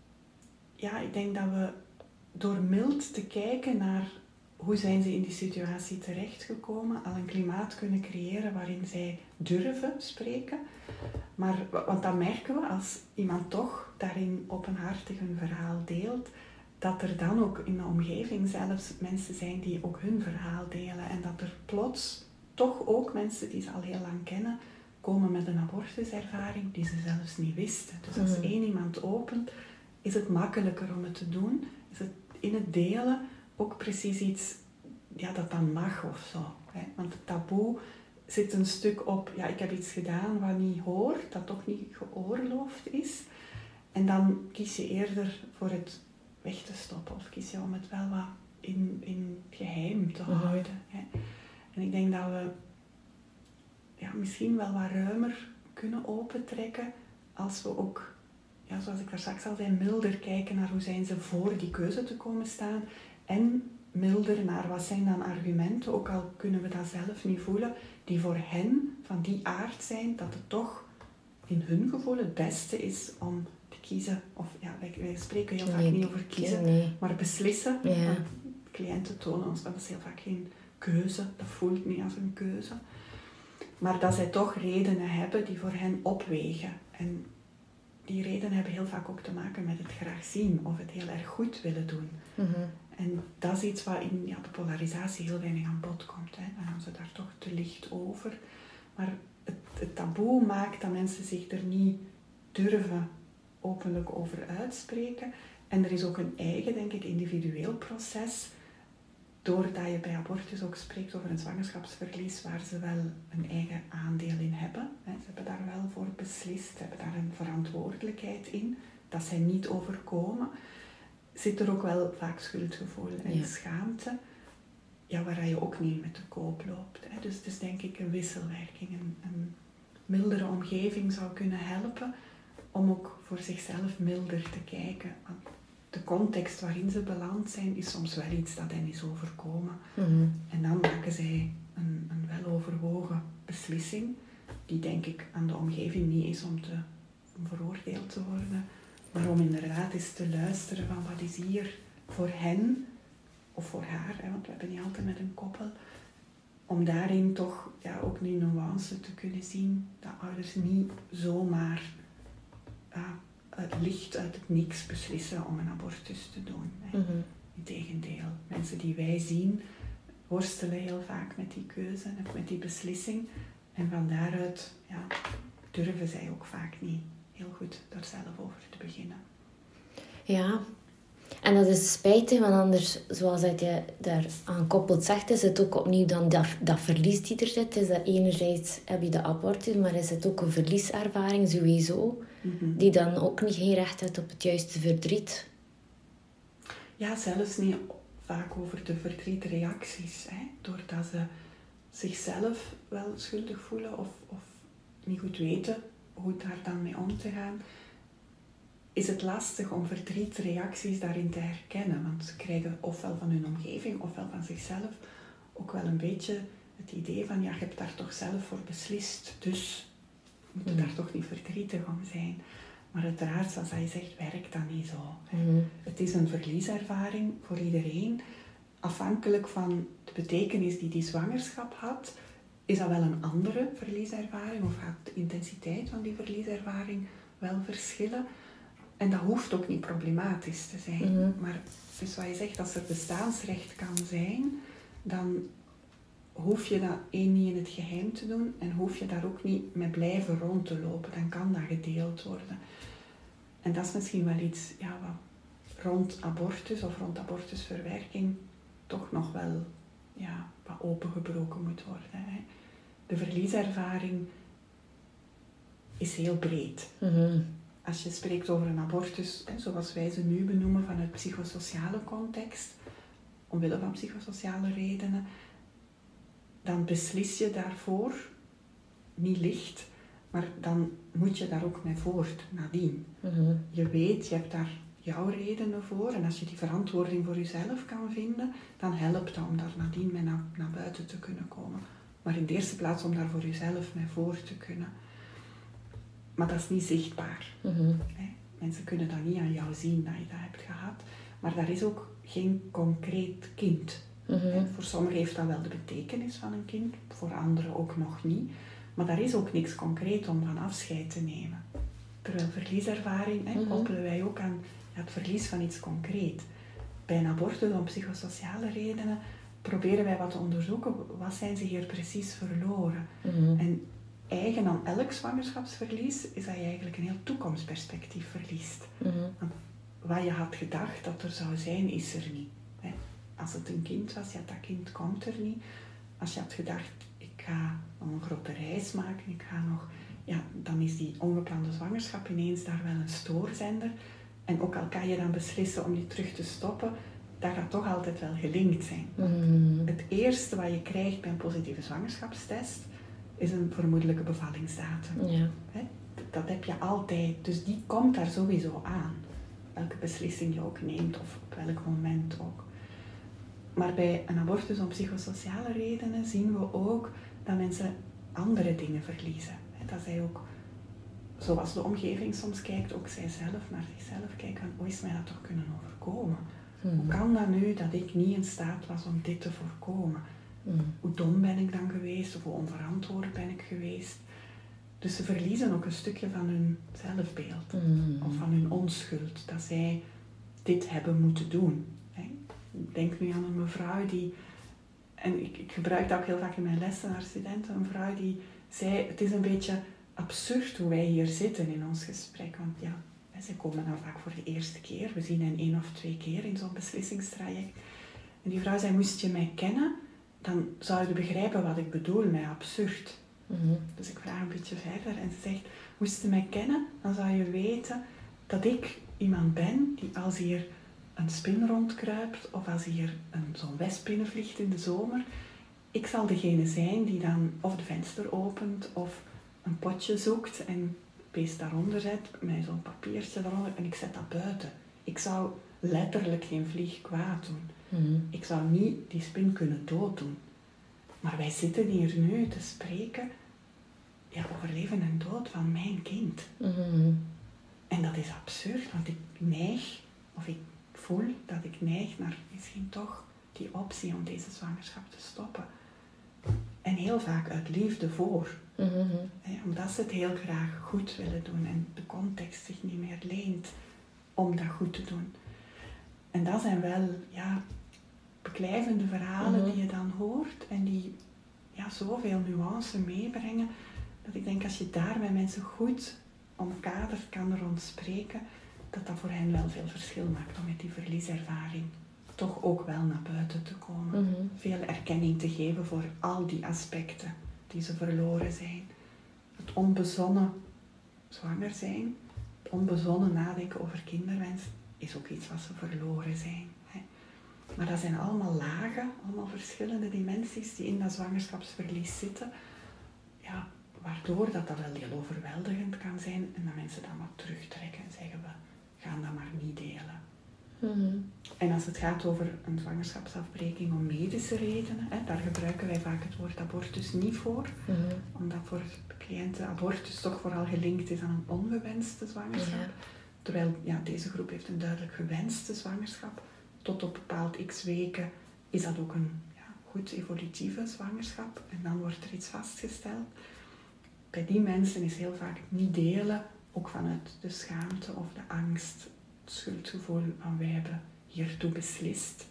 ja, ik denk dat we door mild te kijken naar hoe zijn ze in die situatie terechtgekomen, al een klimaat kunnen creëren waarin zij durven spreken. Maar, want dan merken we, als iemand toch daarin openhartig een verhaal deelt, dat er dan ook in de omgeving zelfs mensen zijn die ook hun verhaal delen. En dat er plots toch ook mensen die ze al heel lang kennen, komen met een abortuservaring die ze zelfs niet wisten. Dus als mm. één iemand opent, is het makkelijker om het te doen. Is het in het delen ook precies iets ja, dat dan mag of zo. Hè? Want het taboe zit een stuk op, ja, ik heb iets gedaan wat niet hoort, dat toch niet geoorloofd is. En dan kies je eerder voor het weg te stoppen. Of kies je om het wel wat in, in geheim te uh-huh. houden. Hè? En ik denk dat we ja, misschien wel wat ruimer kunnen opentrekken als we ook, ja, zoals ik daar straks al zei, milder kijken naar hoe zijn ze voor die keuze te komen staan. En milder naar wat zijn dan argumenten, ook al kunnen we dat zelf niet voelen, die voor hen van die aard zijn, dat het toch in hun gevoel het beste is om te kiezen. Of ja, wij, wij spreken heel vaak nee, niet over kiezen, nee. maar beslissen. Ja. Want cliënten tonen ons dat is heel vaak geen keuze, dat voelt niet als een keuze. Maar dat zij toch redenen hebben die voor hen opwegen. En die redenen hebben heel vaak ook te maken met het graag zien of het heel erg goed willen doen. Mm-hmm. En dat is iets wat in ja, de polarisatie heel weinig aan bod komt. Hè. Dan gaan ze daar toch te licht over. Maar het, het taboe maakt dat mensen zich er niet durven openlijk over uitspreken. En er is ook een eigen, denk ik, individueel proces. Doordat je bij abortus ook spreekt over een zwangerschapsverlies waar ze wel een eigen aandeel in hebben. Hè. Ze hebben daar wel voor beslist, ze hebben daar een verantwoordelijkheid in. Dat zij niet overkomen. Zit er ook wel vaak schuldgevoel en ja. schaamte, ja, waar je ook niet met de koop loopt. Hè. Dus het is denk ik een wisselwerking. Een, een mildere omgeving zou kunnen helpen om ook voor zichzelf milder te kijken. Want de context waarin ze beland zijn is soms wel iets dat hen is overkomen. Mm-hmm. En dan maken zij een, een weloverwogen beslissing, die denk ik aan de omgeving niet is om, te, om veroordeeld te worden. Maar om inderdaad eens te luisteren van wat is hier voor hen, of voor haar, hè, want we hebben niet altijd met een koppel, om daarin toch ja, ook die nuance te kunnen zien, dat ouders niet zomaar uh, het licht uit het niks beslissen om een abortus te doen. Hè. Mm-hmm. Integendeel, mensen die wij zien, worstelen heel vaak met die keuze en met die beslissing. En van daaruit ja, durven zij ook vaak niet heel goed daar zelf over te beginnen. Ja, en dat is spijtig, want anders, zoals je daar aan koppelt zegt, is het ook opnieuw dan dat, dat verlies die er zit. Is dat enerzijds heb je de abortus, maar is het ook een verlieservaring sowieso, mm-hmm. die dan ook niet geen recht heeft op het juiste verdriet. Ja, zelfs niet vaak over de verdrietreacties, hè, doordat ze zichzelf wel schuldig voelen of, of niet goed weten hoe daar dan mee om te gaan, is het lastig om verdrietreacties daarin te herkennen. Want ze krijgen ofwel van hun omgeving ofwel van zichzelf ook wel een beetje het idee van ja, je hebt daar toch zelf voor beslist, dus moet je mm. daar toch niet verdrietig om zijn. Maar uiteraard, zoals hij zegt, werkt dat niet zo. Mm. Het is een verlieservaring voor iedereen. Afhankelijk van de betekenis die die zwangerschap had, is dat wel een andere verlieservaring of gaat de intensiteit van die verlieservaring wel verschillen. En dat hoeft ook niet problematisch te zijn. Mm-hmm. Maar dus wat je zegt, als er bestaansrecht kan zijn, dan hoef je dat één niet in het geheim te doen en hoef je daar ook niet mee blijven rond te lopen. Dan kan dat gedeeld worden. En dat is misschien wel iets ja, wat rond abortus of rond abortusverwerking toch nog wel ja, wat opengebroken moet worden. Hè. De verlieservaring is heel breed. Mm-hmm. Als je spreekt over een abortus, hè, zoals wij ze nu benoemen vanuit psychosociale context, omwille van psychosociale redenen, dan beslis je daarvoor niet licht, maar dan moet je daar ook mee voort nadien. Mm-hmm. Je weet, je hebt daar jouw redenen voor en als je die verantwoording voor jezelf kan vinden, dan helpt dat om daar nadien mee naar, naar buiten te kunnen komen. Maar in de eerste plaats om daar voor jezelf mee voor te kunnen. Maar dat is niet zichtbaar. Mm-hmm. Mensen kunnen dat niet aan jou zien dat je dat hebt gehad. Maar daar is ook geen concreet kind. Mm-hmm. Voor sommigen heeft dat wel de betekenis van een kind, voor anderen ook nog niet. Maar daar is ook niks concreet om van afscheid te nemen. Terwijl verlieservaring hè, mm-hmm. koppelen wij ook aan ja, het verlies van iets concreet. Bij een abortus om psychosociale redenen proberen wij wat te onderzoeken. Wat zijn ze hier precies verloren? Mm-hmm. En eigen aan elk zwangerschapsverlies is dat je eigenlijk een heel toekomstperspectief verliest. Mm-hmm. Want wat je had gedacht dat er zou zijn, is er niet. Hè? Als het een kind was, ja, dat kind komt er niet. Als je had gedacht, ik ga nog een grote reis maken, ik ga nog... Ja, dan is die ongeplande zwangerschap ineens daar wel een stoorzender. En ook al kan je dan beslissen om die terug te stoppen, dat gaat toch altijd wel gelinkt zijn. Mm. Het eerste wat je krijgt bij een positieve zwangerschapstest is een vermoedelijke bevallingsdatum. Ja. Hè? Dat heb je altijd, dus die komt daar sowieso aan. Welke beslissing je ook neemt of op welk moment ook. Maar bij een abortus om psychosociale redenen zien we ook dat mensen andere dingen verliezen. Dat zij ook, zoals de omgeving soms kijkt, ook zijzelf naar zichzelf kijken. Hoe is mij dat toch kunnen overkomen? Hmm. Hoe kan dat nu dat ik niet in staat was om dit te voorkomen? Hmm. Hoe dom ben ik dan geweest? Of hoe onverantwoord ben ik geweest? Dus ze verliezen ook een stukje van hun zelfbeeld. Hmm. Of van hun onschuld. Dat zij dit hebben moeten doen. Ik denk nu aan een mevrouw die... En ik, ik gebruik dat ook heel vaak in mijn lessen naar studenten. Een vrouw die zei, het is een beetje absurd hoe wij hier zitten in ons gesprek. Want ja, ze komen dan vaak voor de eerste keer. We zien hen één of twee keer in zo'n beslissingstraject. En die vrouw zei, moest je mij kennen, dan zou je begrijpen wat ik bedoel met absurd. Mm-hmm. Dus ik vraag een beetje verder en ze zegt, moest je mij kennen, dan zou je weten dat ik iemand ben die als hier een spin rondkruipt of als hier een, zo'n wesp binnenvliegt in de zomer, ik zal degene zijn die dan of de venster opent of een potje zoekt en het beest daaronder zet, met zo'n papiertje daaronder en ik zet dat buiten. Ik zou letterlijk geen vlieg kwaad doen. Mm-hmm. Ik zou niet die spin kunnen dooddoen. Maar wij zitten hier nu te spreken ja, over leven en dood van mijn kind. Mm-hmm. En dat is absurd, want ik neig, of ik voel dat ik neig naar misschien toch die optie om deze zwangerschap te stoppen. En heel vaak uit liefde voor. Mm-hmm. Ja, omdat ze het heel graag goed willen doen en de context zich niet meer leent om dat goed te doen. En dat zijn wel ja, beklijvende verhalen mm-hmm. die je dan hoort en die ja, zoveel nuance meebrengen, dat ik denk als je daar met mensen goed omkaderd kan rond spreken, dat dat voor hen wel veel verschil maakt om met die verlieservaring toch ook wel naar buiten te komen. Mm-hmm. Veel erkenning te geven voor al die aspecten die ze verloren zijn. Het onbezonnen zwanger zijn, het onbezonnen nadenken over kinderwens, is ook iets wat ze verloren zijn. Hè. Maar dat zijn allemaal lagen, allemaal verschillende dimensies die in dat zwangerschapsverlies zitten. Ja, waardoor dat, dat wel heel overweldigend kan zijn en dat mensen dan wat terugtrekken en zeggen we gaan dat maar niet delen. Mm-hmm. En als het gaat over een zwangerschapsafbreking om medische redenen, hè, daar gebruiken wij vaak het woord abortus niet voor, mm-hmm. omdat voor de cliënten abortus toch vooral gelinkt is aan een ongewenste zwangerschap. Ja. Terwijl ja, deze groep heeft een duidelijk gewenste zwangerschap. Tot op bepaald x weken is dat ook een ja, goed evolutieve zwangerschap en dan wordt er iets vastgesteld. Bij die mensen is heel vaak het niet delen, ook vanuit de schaamte of de angst, het schuldgevoel van wij hebben hiertoe beslist.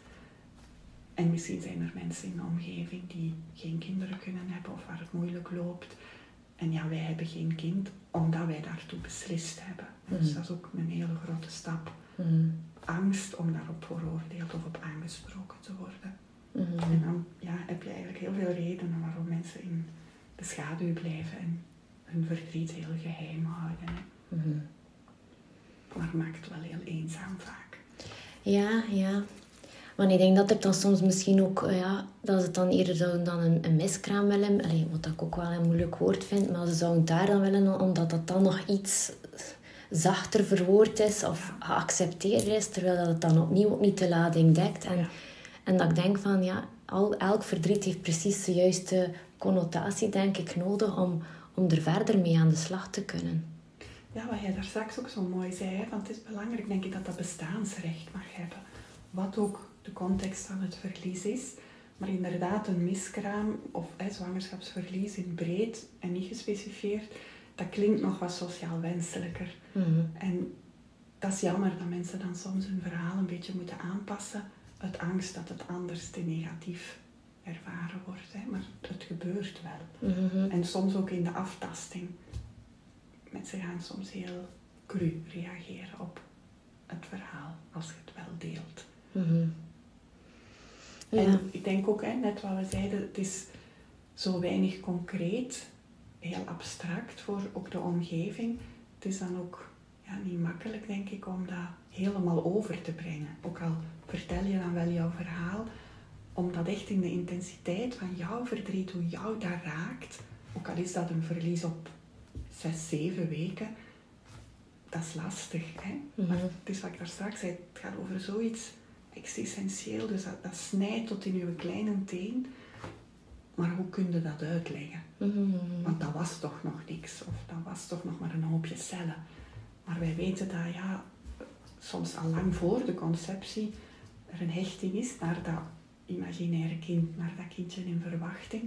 En misschien zijn er mensen in de omgeving die geen kinderen kunnen hebben of waar het moeilijk loopt. En ja, wij hebben geen kind omdat wij daartoe beslist hebben. Mm. Dus dat is ook een hele grote stap. Mm. Angst om daarop veroordeeld of op aangesproken te worden. Mm. En dan ja, heb je eigenlijk heel veel redenen waarom mensen in de schaduw blijven en hun verdriet heel geheim houden. Mm. Maar het maakt het wel heel eenzaam vaak. Ja, ja. Maar ik denk dat er dan soms misschien ook, ja, dat ze het dan eerder zouden dan een, een miskraam willen. Allee, wat ik ook wel een moeilijk woord vind, maar ze zouden daar dan willen, omdat dat dan nog iets zachter verwoord is of geaccepteerd is, terwijl dat het dan opnieuw ook niet de lading dekt. En, ja. en dat ik denk van, ja, al, elk verdriet heeft precies de juiste connotatie, denk ik, nodig om, om er verder mee aan de slag te kunnen. Ja, wat jij daar straks ook zo mooi zei, hè, want het is belangrijk, denk ik, dat dat bestaansrecht mag hebben. Wat ook de context van het verlies is. Maar inderdaad, een miskraam of hè, zwangerschapsverlies in breed en niet gespecificeerd, dat klinkt nog wat sociaal wenselijker. Mm-hmm. En dat is jammer dat mensen dan soms hun verhaal een beetje moeten aanpassen uit angst dat het anders te negatief ervaren wordt. Hè. Maar het gebeurt wel. Mm-hmm. En soms ook in de aftasting. Mensen gaan soms heel cru reageren op het verhaal als je het wel deelt. Mm-hmm. Ja. En ik denk ook, hè, net wat we zeiden, het is zo weinig concreet, heel abstract voor ook de omgeving. Het is dan ook ja, niet makkelijk, denk ik, om dat helemaal over te brengen. Ook al vertel je dan wel jouw verhaal, om dat echt in de intensiteit van jouw verdriet, hoe jou dat raakt, ook al is dat een verlies op zes, zeven weken, dat is lastig. Hè? Mm-hmm. Maar het is wat ik daar straks zei, het gaat over zoiets existentieel, dus dat, dat snijdt tot in je kleine teen. Maar hoe kun je dat uitleggen? Mm-hmm. Want dat was toch nog niks, of dat was toch nog maar een hoopje cellen. Maar wij weten dat ja, soms al lang voor de conceptie er een hechting is naar dat imaginaire kind, naar dat kindje in verwachting,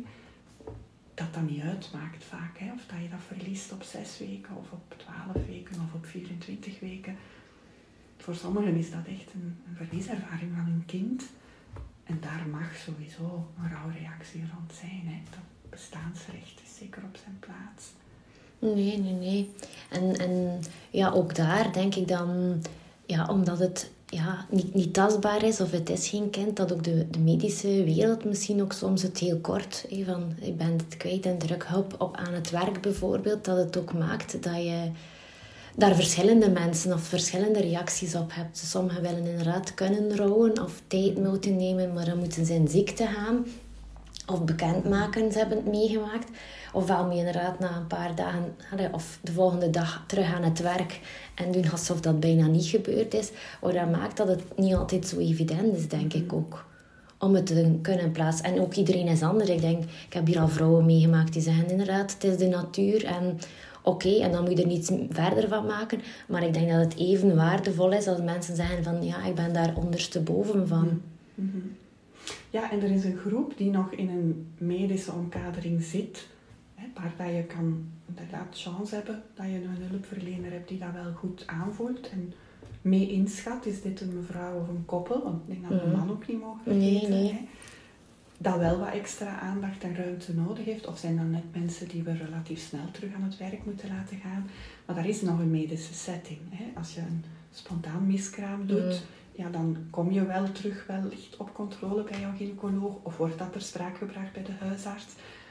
dat dat niet uitmaakt vaak. Hè? Of dat je dat verliest op zes weken, of op twaalf weken, of op vierentwintig weken. Voor sommigen is dat echt een, een verlieservaring van een kind. En daar mag sowieso een rouwreactie rond zijn. Hè? Dat bestaansrecht is zeker op zijn plaats. Nee, nee, nee. En, en ja, ook daar denk ik dan, ja, omdat het ja, niet, niet tastbaar is of het is geen kind, dat ook de, de medische wereld misschien ook soms het heel kort, hé, van ik ben het kwijt en druk hulp op aan het werk bijvoorbeeld, dat het ook maakt dat je daar verschillende mensen of verschillende reacties op hebt. Sommigen willen inderdaad kunnen rouwen of tijd moeten nemen, maar dan moeten ze in ziekte gaan of bekendmaken, ze hebben het meegemaakt. Ofwel moet je inderdaad na een paar dagen of de volgende dag terug aan het werk en doen alsof dat bijna niet gebeurd is. Wat dat maakt dat het niet altijd zo evident is, denk ik ook. Om het te kunnen plaatsen. En ook iedereen is anders. Ik denk, ik heb hier al vrouwen meegemaakt die zeggen inderdaad, het is de natuur en oké, okay, en dan moet je er niets verder van maken. Maar ik denk dat het even waardevol is als mensen zeggen van ja, ik ben daar ondersteboven van. Mm-hmm. Ja, en er is een groep die nog in een medische omkadering zit, hè, waar dat je kan inderdaad chance hebben dat je een hulpverlener hebt die dat wel goed aanvoelt en mee inschat. Is dit een mevrouw of een koppel? Want ik denk dat een man ook niet mogen vergeten. Nee, nee. Hè, dat wel wat extra aandacht en ruimte nodig heeft. Of zijn dan net mensen die we relatief snel terug aan het werk moeten laten gaan. Maar daar is nog een medische setting. Hè. Als je een spontaan miskraam doet, mm. ja, dan kom je wel terug wellicht op controle bij jouw gynaecoloog. Of wordt dat ter sprake gebracht bij de huisarts.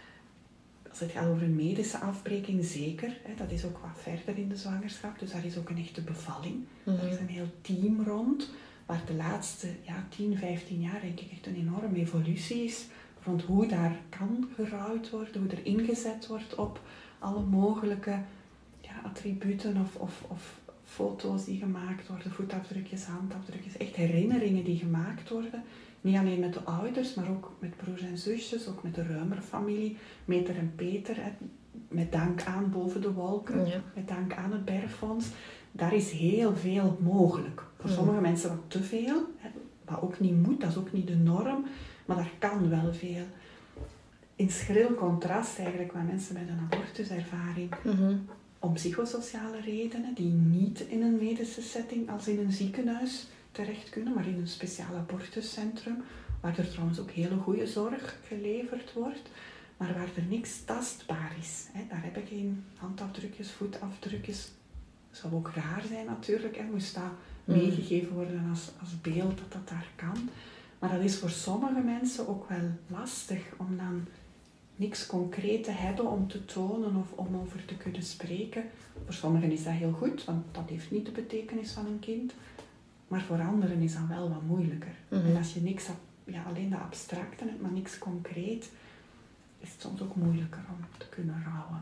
Als het gaat over een medische afbreking, zeker. Hè. Dat is ook wat verder in de zwangerschap. Dus daar is ook een echte bevalling. Mm. Er is een heel team rond. Waar de laatste ja, tien, vijftien jaar denk ik echt een enorme evolutie is rond hoe daar kan gerouwd worden, hoe er ingezet wordt op alle mogelijke ja, attributen of, of, of foto's die gemaakt worden, voetafdrukjes, handafdrukjes, echt herinneringen die gemaakt worden. Niet alleen met de ouders, maar ook met broers en zusjes, ook met de ruimere familie, Meter en Peter, hè, met dank aan Boven de Wolken, ja. met dank aan het Bergfonds. Daar is heel veel mogelijk. Voor sommige mensen wat te veel, hè, wat ook niet moet, dat is ook niet de norm, maar daar kan wel veel. In schril contrast eigenlijk met mensen met een abortuservaring, mm-hmm. om psychosociale redenen die niet in een medische setting als in een ziekenhuis terecht kunnen, maar in een speciaal abortuscentrum, waar er trouwens ook hele goede zorg geleverd wordt, maar waar er niks tastbaar is. Hè. Daar heb ik geen handafdrukjes, voetafdrukjes. Dat zou ook raar zijn natuurlijk, hè. Moest dat meegegeven worden als, als beeld dat dat daar kan. Maar dat is voor sommige mensen ook wel lastig om dan niks concreet te hebben om te tonen of om over te kunnen spreken. Voor sommigen is dat heel goed, want dat heeft niet de betekenis van een kind. Maar voor anderen is dat wel wat moeilijker. Mm-hmm. En als je niks, ja, alleen dat abstracte hebt, maar niks concreet, is het soms ook moeilijker om te kunnen rouwen.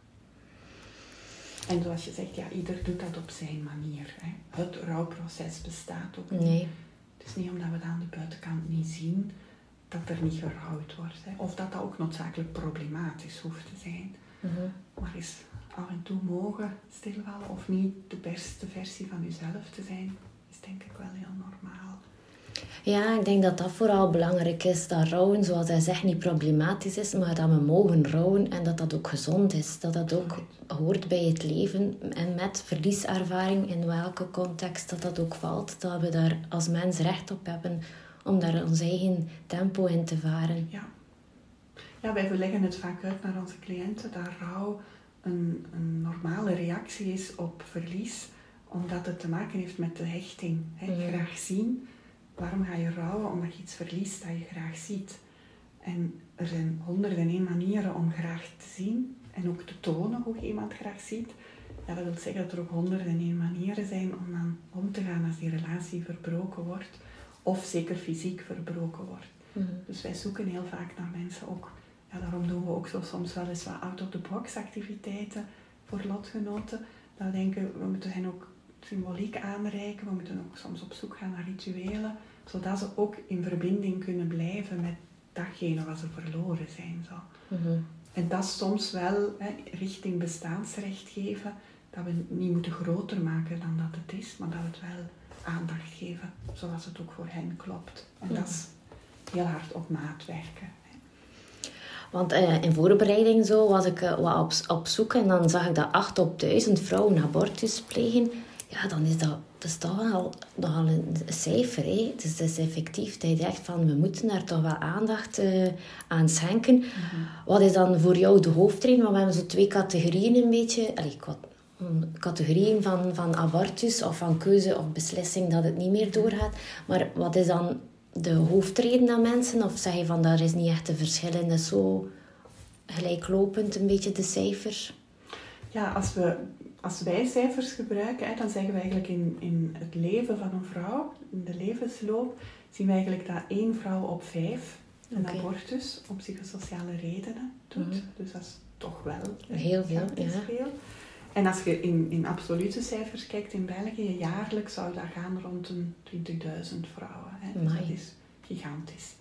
En zoals je zegt, ja, ieder doet dat op zijn manier. Hè. Het rouwproces bestaat ook niet. Nee. Het is niet omdat we dat aan de buitenkant niet zien, dat er niet gerouwd wordt. Hè. Of dat dat ook noodzakelijk problematisch hoeft te zijn. Mm-hmm. Maar is af en toe mogen stilvallen of niet de beste versie van jezelf te zijn, is denk ik wel heel normaal. Ja, ik denk dat dat vooral belangrijk is. Dat rouwen, zoals hij zegt, niet problematisch is, maar dat we mogen rouwen en dat dat ook gezond is. Dat dat ook hoort bij het leven en met verlieservaring, in welke context dat dat ook valt. Dat we daar als mens recht op hebben om daar ons eigen tempo in te varen. Ja, ja wij leggen het vaak uit naar onze cliënten dat rouw een, een normale reactie is op verlies, Omdat het te maken heeft met de hechting. Hè? Mm. Graag zien. Waarom ga je rouwen? Omdat je iets verliest dat je graag ziet. En er zijn honderden en één manieren om graag te zien en ook te tonen hoe je iemand graag ziet. Ja, dat wil zeggen dat er ook honderden en één manieren zijn om dan om te gaan als die relatie verbroken wordt. Of zeker fysiek verbroken wordt. Mm-hmm. Dus wij zoeken heel vaak naar mensen ook. Ja, daarom doen we ook zo soms wel eens wat out-of-the-box activiteiten voor lotgenoten. Dan denken we, we moeten hen ook symboliek aanreiken. We moeten ook soms op zoek gaan naar rituelen. Zodat ze ook in verbinding kunnen blijven met datgene wat ze verloren zijn. Zo. Mm-hmm. En dat is soms wel hè, richting bestaansrecht geven. Dat we het niet moeten groter maken dan dat het is. Maar dat we het wel aandacht geven. Zoals het ook voor hen klopt. En mm-hmm. dat is heel hard op maat werken. Want uh, in voorbereiding zo was ik uh, wat op, op zoek. En dan zag ik dat acht op duizend vrouwen abortus plegen. Ja, dan is dat, dat is toch wel nogal een cijfer. Hè? Dus het is effectief dat je denkt van, we moeten daar toch wel aandacht uh, aan schenken. Mm-hmm. Wat is dan voor jou de hoofdreden? Want we hebben zo twee categorieën een beetje. Allee, categorieën van, van abortus of van keuze of beslissing dat het niet meer doorgaat. Maar wat is dan de hoofdreden aan mensen? Of zeg je van, daar is niet echt een verschil in? Dat is zo gelijklopend een beetje de cijfers? Ja, als we... Als wij cijfers gebruiken, hè, dan zeggen we eigenlijk in, in het leven van een vrouw, in de levensloop, zien we eigenlijk dat één vrouw op vijf een okay. abortus om psychosociale redenen doet. Mm-hmm. Dus dat is toch wel heel veel. Ja. veel. En als je in, in absolute cijfers kijkt in België, jaarlijks zou dat gaan rond een twintigduizend vrouwen. Hè. Dus dat is gigantisch.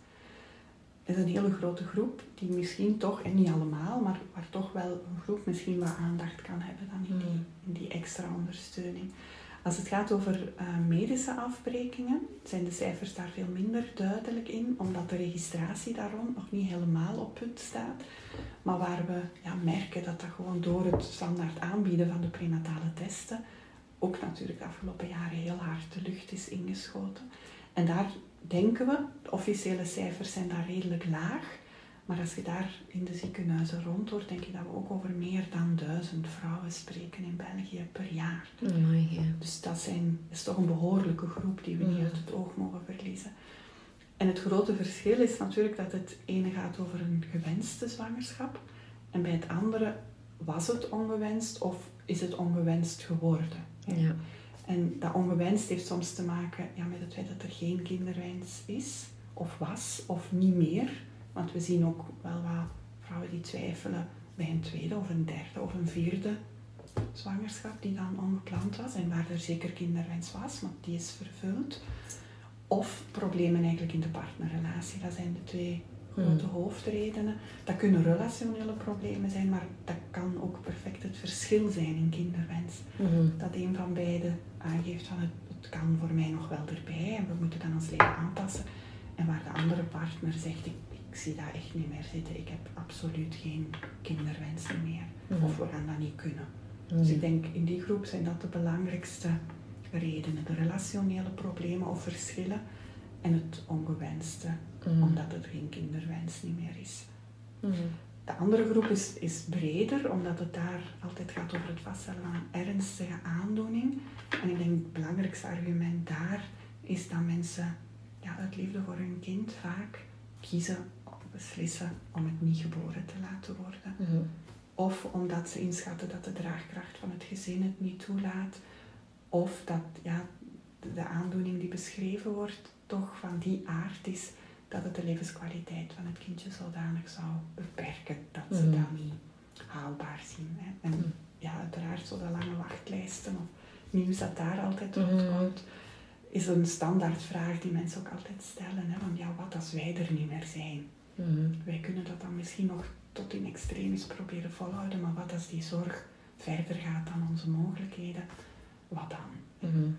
Het is een hele grote groep die misschien toch, en niet allemaal, maar waar toch wel een groep misschien wat aandacht kan hebben dan in die, in die extra ondersteuning. Als het gaat over uh, medische afbrekingen, zijn de cijfers daar veel minder duidelijk in, omdat de registratie daar rond nog niet helemaal op punt staat. Maar waar we ja, merken dat dat gewoon door het standaard aanbieden van de prenatale testen ook natuurlijk de afgelopen jaren heel hard de lucht is ingeschoten. En daar denken we, de officiële cijfers zijn daar redelijk laag, maar als je daar in de ziekenhuizen rond hoort, denk je dat we ook over meer dan duizend vrouwen spreken in België per jaar. Oh, ja. Dus dat, zijn, dat is toch een behoorlijke groep die we niet uit het oog mogen verliezen. En het grote verschil is natuurlijk dat het ene gaat over een gewenste zwangerschap en bij het andere was het ongewenst of is het ongewenst geworden. Ja. En dat ongewenst heeft soms te maken ja, met het feit dat er geen kinderwens is, of was, of niet meer. Want we zien ook wel wat vrouwen die twijfelen bij een tweede of een derde of een vierde zwangerschap die dan ongepland was en waar er zeker kinderwens was, maar die is vervuld. Of problemen eigenlijk in de partnerrelatie. Dat zijn de twee grote hmm. hoofdredenen. Dat kunnen relationele problemen zijn, maar dat kan ook perfect het verschil zijn in kinderwens. Hmm. Dat een van beiden aangeeft van het, het kan voor mij nog wel erbij en we moeten dan ons leven aanpassen. En waar de andere partner zegt, ik, ik zie dat echt niet meer zitten, ik heb absoluut geen kinderwens meer. Hmm. Of we gaan dat niet kunnen. Hmm. Dus ik denk in die groep zijn dat de belangrijkste redenen. De relationele problemen of verschillen en het ongewenste, mm. omdat het geen kinderwens niet meer is. Mm. De andere groep is, is breder, omdat het daar altijd gaat over het vaststellen van een ernstige aandoening. En ik denk het belangrijkste argument daar is dat mensen ja, uit liefde voor hun kind vaak kiezen of beslissen om het niet geboren te laten worden. Mm. Of omdat ze inschatten dat de draagkracht van het gezin het niet toelaat. Of dat ja, de, de aandoening die beschreven wordt toch van die aard is dat het de levenskwaliteit van het kindje zodanig zou beperken dat ze mm. dat niet haalbaar zien. Hè. En mm. ja, uiteraard zo de lange wachtlijsten of nieuws dat daar altijd rondkomt, mm. is een standaardvraag die mensen ook altijd stellen. Hè, van ja, wat als wij er niet meer zijn? Mm. Wij kunnen dat dan misschien nog tot in extremis proberen volhouden, maar wat als die zorg verder gaat dan onze mogelijkheden? Wat dan? Mm-hmm.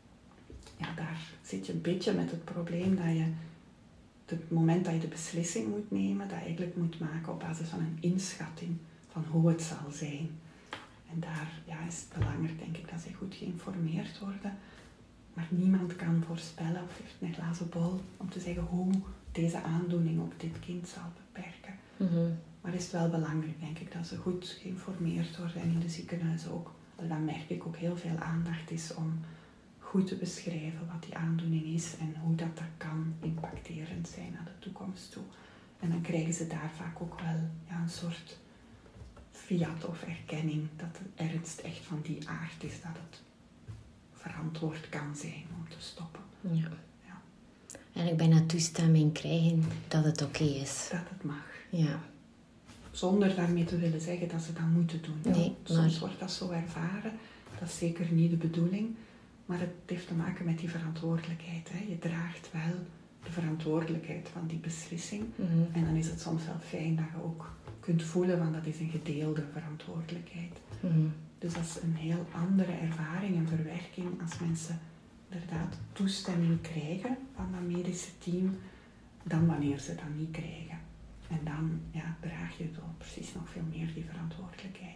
Ja, daar zit je een beetje met het probleem dat je het moment dat je de beslissing moet nemen, dat je eigenlijk moet maken op basis van een inschatting van hoe het zal zijn. En daar ja, is het belangrijk, denk ik, dat ze goed geïnformeerd worden. Maar niemand kan voorspellen of heeft een glazen bol om te zeggen hoe deze aandoening op dit kind zal beperken. Mm-hmm. Maar is het wel belangrijk, denk ik, dat ze goed geïnformeerd worden en in de ziekenhuizen ook dan merk ik ook heel veel aandacht is om goed te beschrijven wat die aandoening is en hoe dat, dat kan impacterend zijn naar de toekomst toe. En dan krijgen ze daar vaak ook wel ja, een soort fiat of erkenning dat de ernst echt van die aard is, dat het verantwoord kan zijn om te stoppen. Ja. Ja. En ik bijna toestemming krijgen dat het oké okay is. Dat het mag. Ja. Zonder daarmee te willen zeggen dat ze dat moeten doen. Nee, Soms maar... wordt dat zo ervaren. Dat is zeker niet de bedoeling. Maar het heeft te maken met die verantwoordelijkheid. Hè. Je draagt wel de verantwoordelijkheid van die beslissing. Mm-hmm. En dan is het soms wel fijn dat je ook kunt voelen, want dat is een gedeelde verantwoordelijkheid. Mm-hmm. Dus dat is een heel andere ervaring en verwerking als mensen inderdaad toestemming krijgen van dat medische team, dan wanneer ze dat niet krijgen. En dan ja, draag je zo precies nog veel meer die verantwoordelijkheid.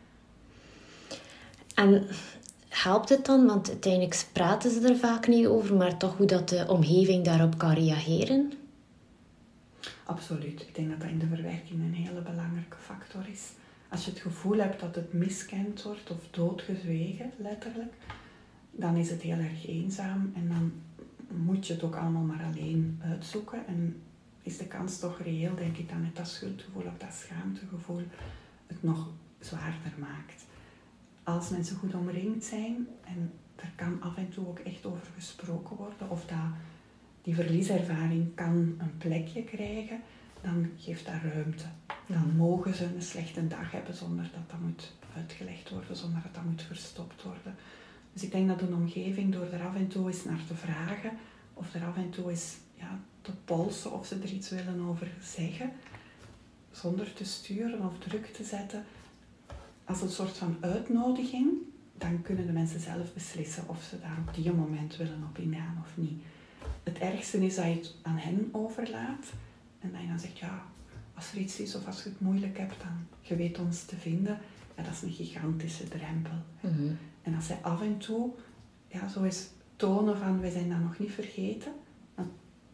En helpt het dan? Want uiteindelijk praten ze er vaak niet over, maar toch hoe dat de omgeving daarop kan reageren? Absoluut. Ik denk dat dat in de verwerking een hele belangrijke factor is. Als je het gevoel hebt dat het miskend wordt of doodgezwegen, letterlijk, dan is het heel erg eenzaam en dan moet je het ook allemaal maar alleen uitzoeken. En is de kans toch reëel, denk ik, dat net dat schuldgevoel of dat schaamtegevoel het nog zwaarder maakt. Als mensen goed omringd zijn, en er kan af en toe ook echt over gesproken worden, of dat die verlieservaring kan een plekje krijgen, dan geeft dat ruimte. Dan mogen ze een slechte dag hebben zonder dat dat moet uitgelegd worden, zonder dat dat moet verstopt worden. Dus ik denk dat een omgeving, door er af en toe eens naar te vragen, of er af en toe eens ja, te polsen of ze er iets willen over zeggen, zonder te sturen of druk te zetten, als een soort van uitnodiging, dan kunnen de mensen zelf beslissen of ze daar op die moment willen op ingaan of niet. Het ergste is dat je het aan hen overlaat en dat je dan zegt, ja, als er iets is of als je het moeilijk hebt, dan je weet ons te vinden. Ja, dat is een gigantische drempel. Mm-hmm. En als zij af en toe ja, zo eens tonen van, wij zijn dat nog niet vergeten, dan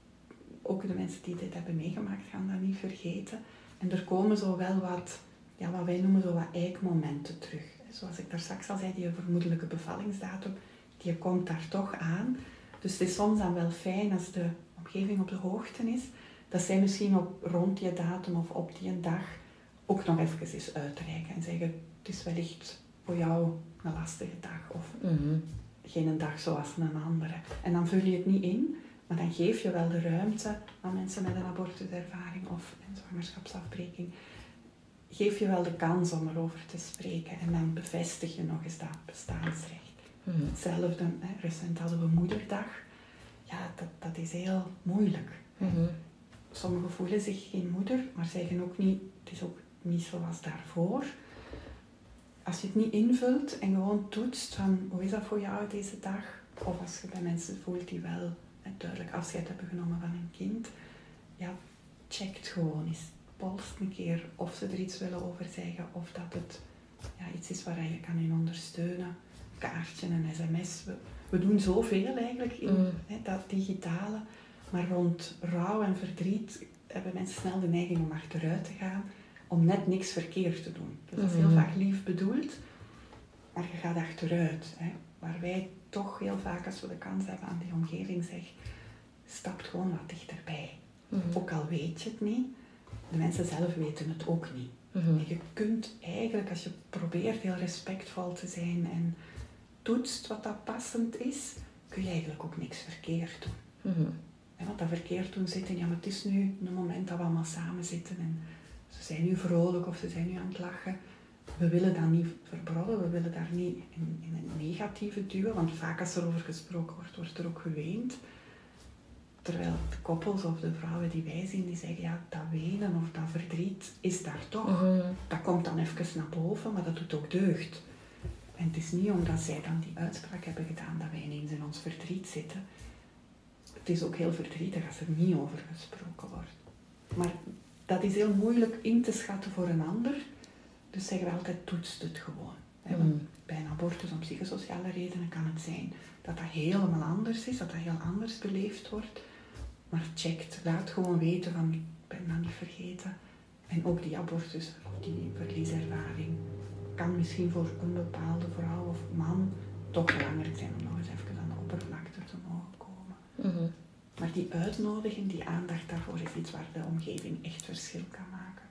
ook de mensen die dit hebben meegemaakt gaan dat niet vergeten. En er komen zo wel wat, ja, wat wij noemen zo wat eikmomenten terug. Zoals ik daar straks al zei, die vermoedelijke bevallingsdatum, die komt daar toch aan. Dus het is soms dan wel fijn als de omgeving op de hoogte is, dat zij misschien op, rond die datum of op die dag ook nog even eens uitreiken en zeggen, het is wellicht voor jou een lastige dag of Mm-hmm. geen dag zoals een andere. En dan vul je het niet in, maar dan geef je wel de ruimte aan mensen met een abortuservaring of een zwangerschapsafbreking. Geef je wel de kans om erover te spreken en dan bevestig je nog eens dat bestaansrecht. Mm-hmm. Hetzelfde, hè, recent hadden we moederdag. Ja, dat, dat is heel moeilijk. Mm-hmm. Sommigen voelen zich geen moeder, maar zeggen ook niet, het is ook niet zoals daarvoor. Als je het niet invult en gewoon toetst van, hoe is dat voor jou deze dag? Of als je bij mensen voelt die wel hè, duidelijk afscheid hebben genomen van een kind. Ja, check het gewoon eens. Polst een keer of ze er iets willen over zeggen of dat het ja, iets is waar je kan in ondersteunen. Kaartje, een sms. We, we doen zoveel eigenlijk in Mm. hè, dat digitale. Maar rond rouw en verdriet hebben mensen snel de neiging om achteruit te gaan, om net niks verkeerd te doen. Dus dat is heel Mm-hmm. vaak lief bedoeld, maar je gaat achteruit. Hè. Waar wij toch heel vaak, als we de kans hebben aan die omgeving, zeggen, stap gewoon wat dichterbij. Mm-hmm. Ook al weet je het niet, de mensen zelf weten het ook niet. Mm-hmm. En je kunt eigenlijk, als je probeert heel respectvol te zijn en toetst wat dat passend is, kun je eigenlijk ook niks verkeerd doen. Mm-hmm. En want dat verkeerd doen zitten, ja, maar het is nu een moment dat we allemaal samen zitten en ze zijn nu vrolijk of ze zijn nu aan het lachen. We willen dat niet verbrollen, we willen daar niet in, in een negatieve duwen, want vaak als er over gesproken wordt, wordt er ook geweend. Terwijl de koppels of de vrouwen die wij zien, die zeggen, ja, dat wenen of dat verdriet is daar toch. Mm-hmm. Dat komt dan even naar boven, maar dat doet ook deugd. En het is niet omdat zij dan die uitspraak hebben gedaan dat wij ineens in ons verdriet zitten. Het is ook heel verdrietig als er niet over gesproken wordt. Maar dat is heel moeilijk in te schatten voor een ander. Dus zeggen we altijd, toetst het gewoon. Mm. Bij een abortus om psychosociale redenen kan het zijn dat dat helemaal anders is, dat dat heel anders beleefd wordt. Maar checkt, laat gewoon weten van, ik ben dat niet vergeten. En ook die abortus, of die verlieservaring, kan misschien voor een bepaalde vrouw of man toch belangrijk zijn om nog eens even aan de oppervlakte te mogen komen. Mm-hmm. Maar die uitnodiging, die aandacht daarvoor is iets waar de omgeving echt verschil kan maken.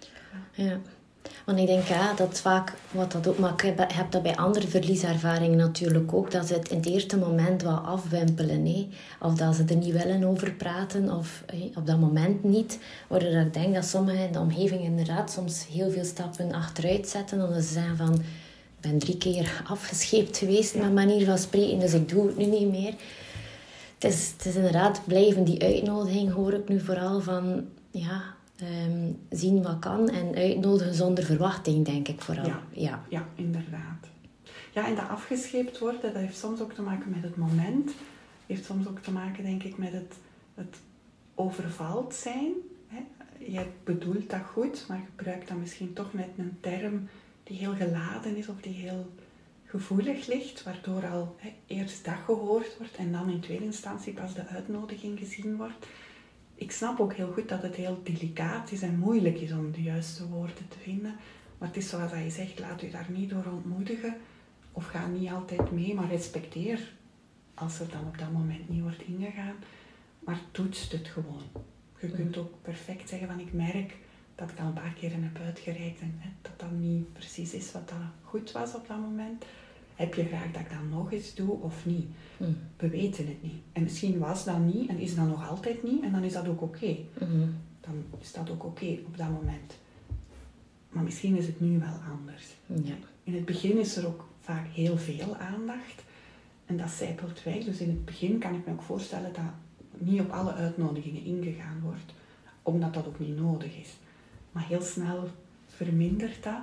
Ja. ja. Want ik denk ja, dat vaak, wat dat ook, maar ik heb, heb dat bij andere verlieservaringen natuurlijk ook, dat ze het in het eerste moment wat afwimpelen. Hé. Of dat ze er niet willen over praten, of hé, op dat moment niet. Waardoor ik denk dat sommigen in de omgeving inderdaad soms heel veel stappen achteruit zetten. Omdat ze zeggen van, ik ben drie keer afgescheept geweest met manier van spreken, dus ik doe het nu niet meer. Het is, het is inderdaad blijven die uitnodiging, hoor ik nu vooral van, ja... Um, zien wat kan en uitnodigen zonder verwachting, denk ik vooral. Ja, ja. ja, inderdaad. Ja, en dat afgescheept worden, dat heeft soms ook te maken met het moment. Heeft soms ook te maken, denk ik, met het, het overvald zijn. Hè? Jij bedoelt dat goed, maar gebruikt dat misschien toch met een term die heel geladen is of die heel gevoelig ligt, waardoor al hè, eerst dat gehoord wordt en dan in tweede instantie pas de uitnodiging gezien wordt. Ik snap ook heel goed dat het heel delicaat is en moeilijk is om de juiste woorden te vinden. Maar het is zoals je zegt, laat u daar niet door ontmoedigen. Of ga niet altijd mee, maar respecteer als er dan op dat moment niet wordt ingegaan. Maar toets het gewoon. Je kunt ook perfect zeggen van ik merk dat ik al een paar keren heb uitgereikt en hè, dat dat niet precies is wat dat goed was op dat moment. Heb je graag dat ik dat nog eens doe of niet? Mm. We weten het niet. En misschien was dat niet en is dat nog altijd niet en dan is dat ook oké. Okay. Mm-hmm. Dan is dat ook oké okay op dat moment. Maar misschien is het nu wel anders. Ja. In het begin is er ook vaak heel veel aandacht en dat zijpelt weg. Dus in het begin kan ik me ook voorstellen dat niet op alle uitnodigingen ingegaan wordt, omdat dat ook niet nodig is. Maar heel snel vermindert dat.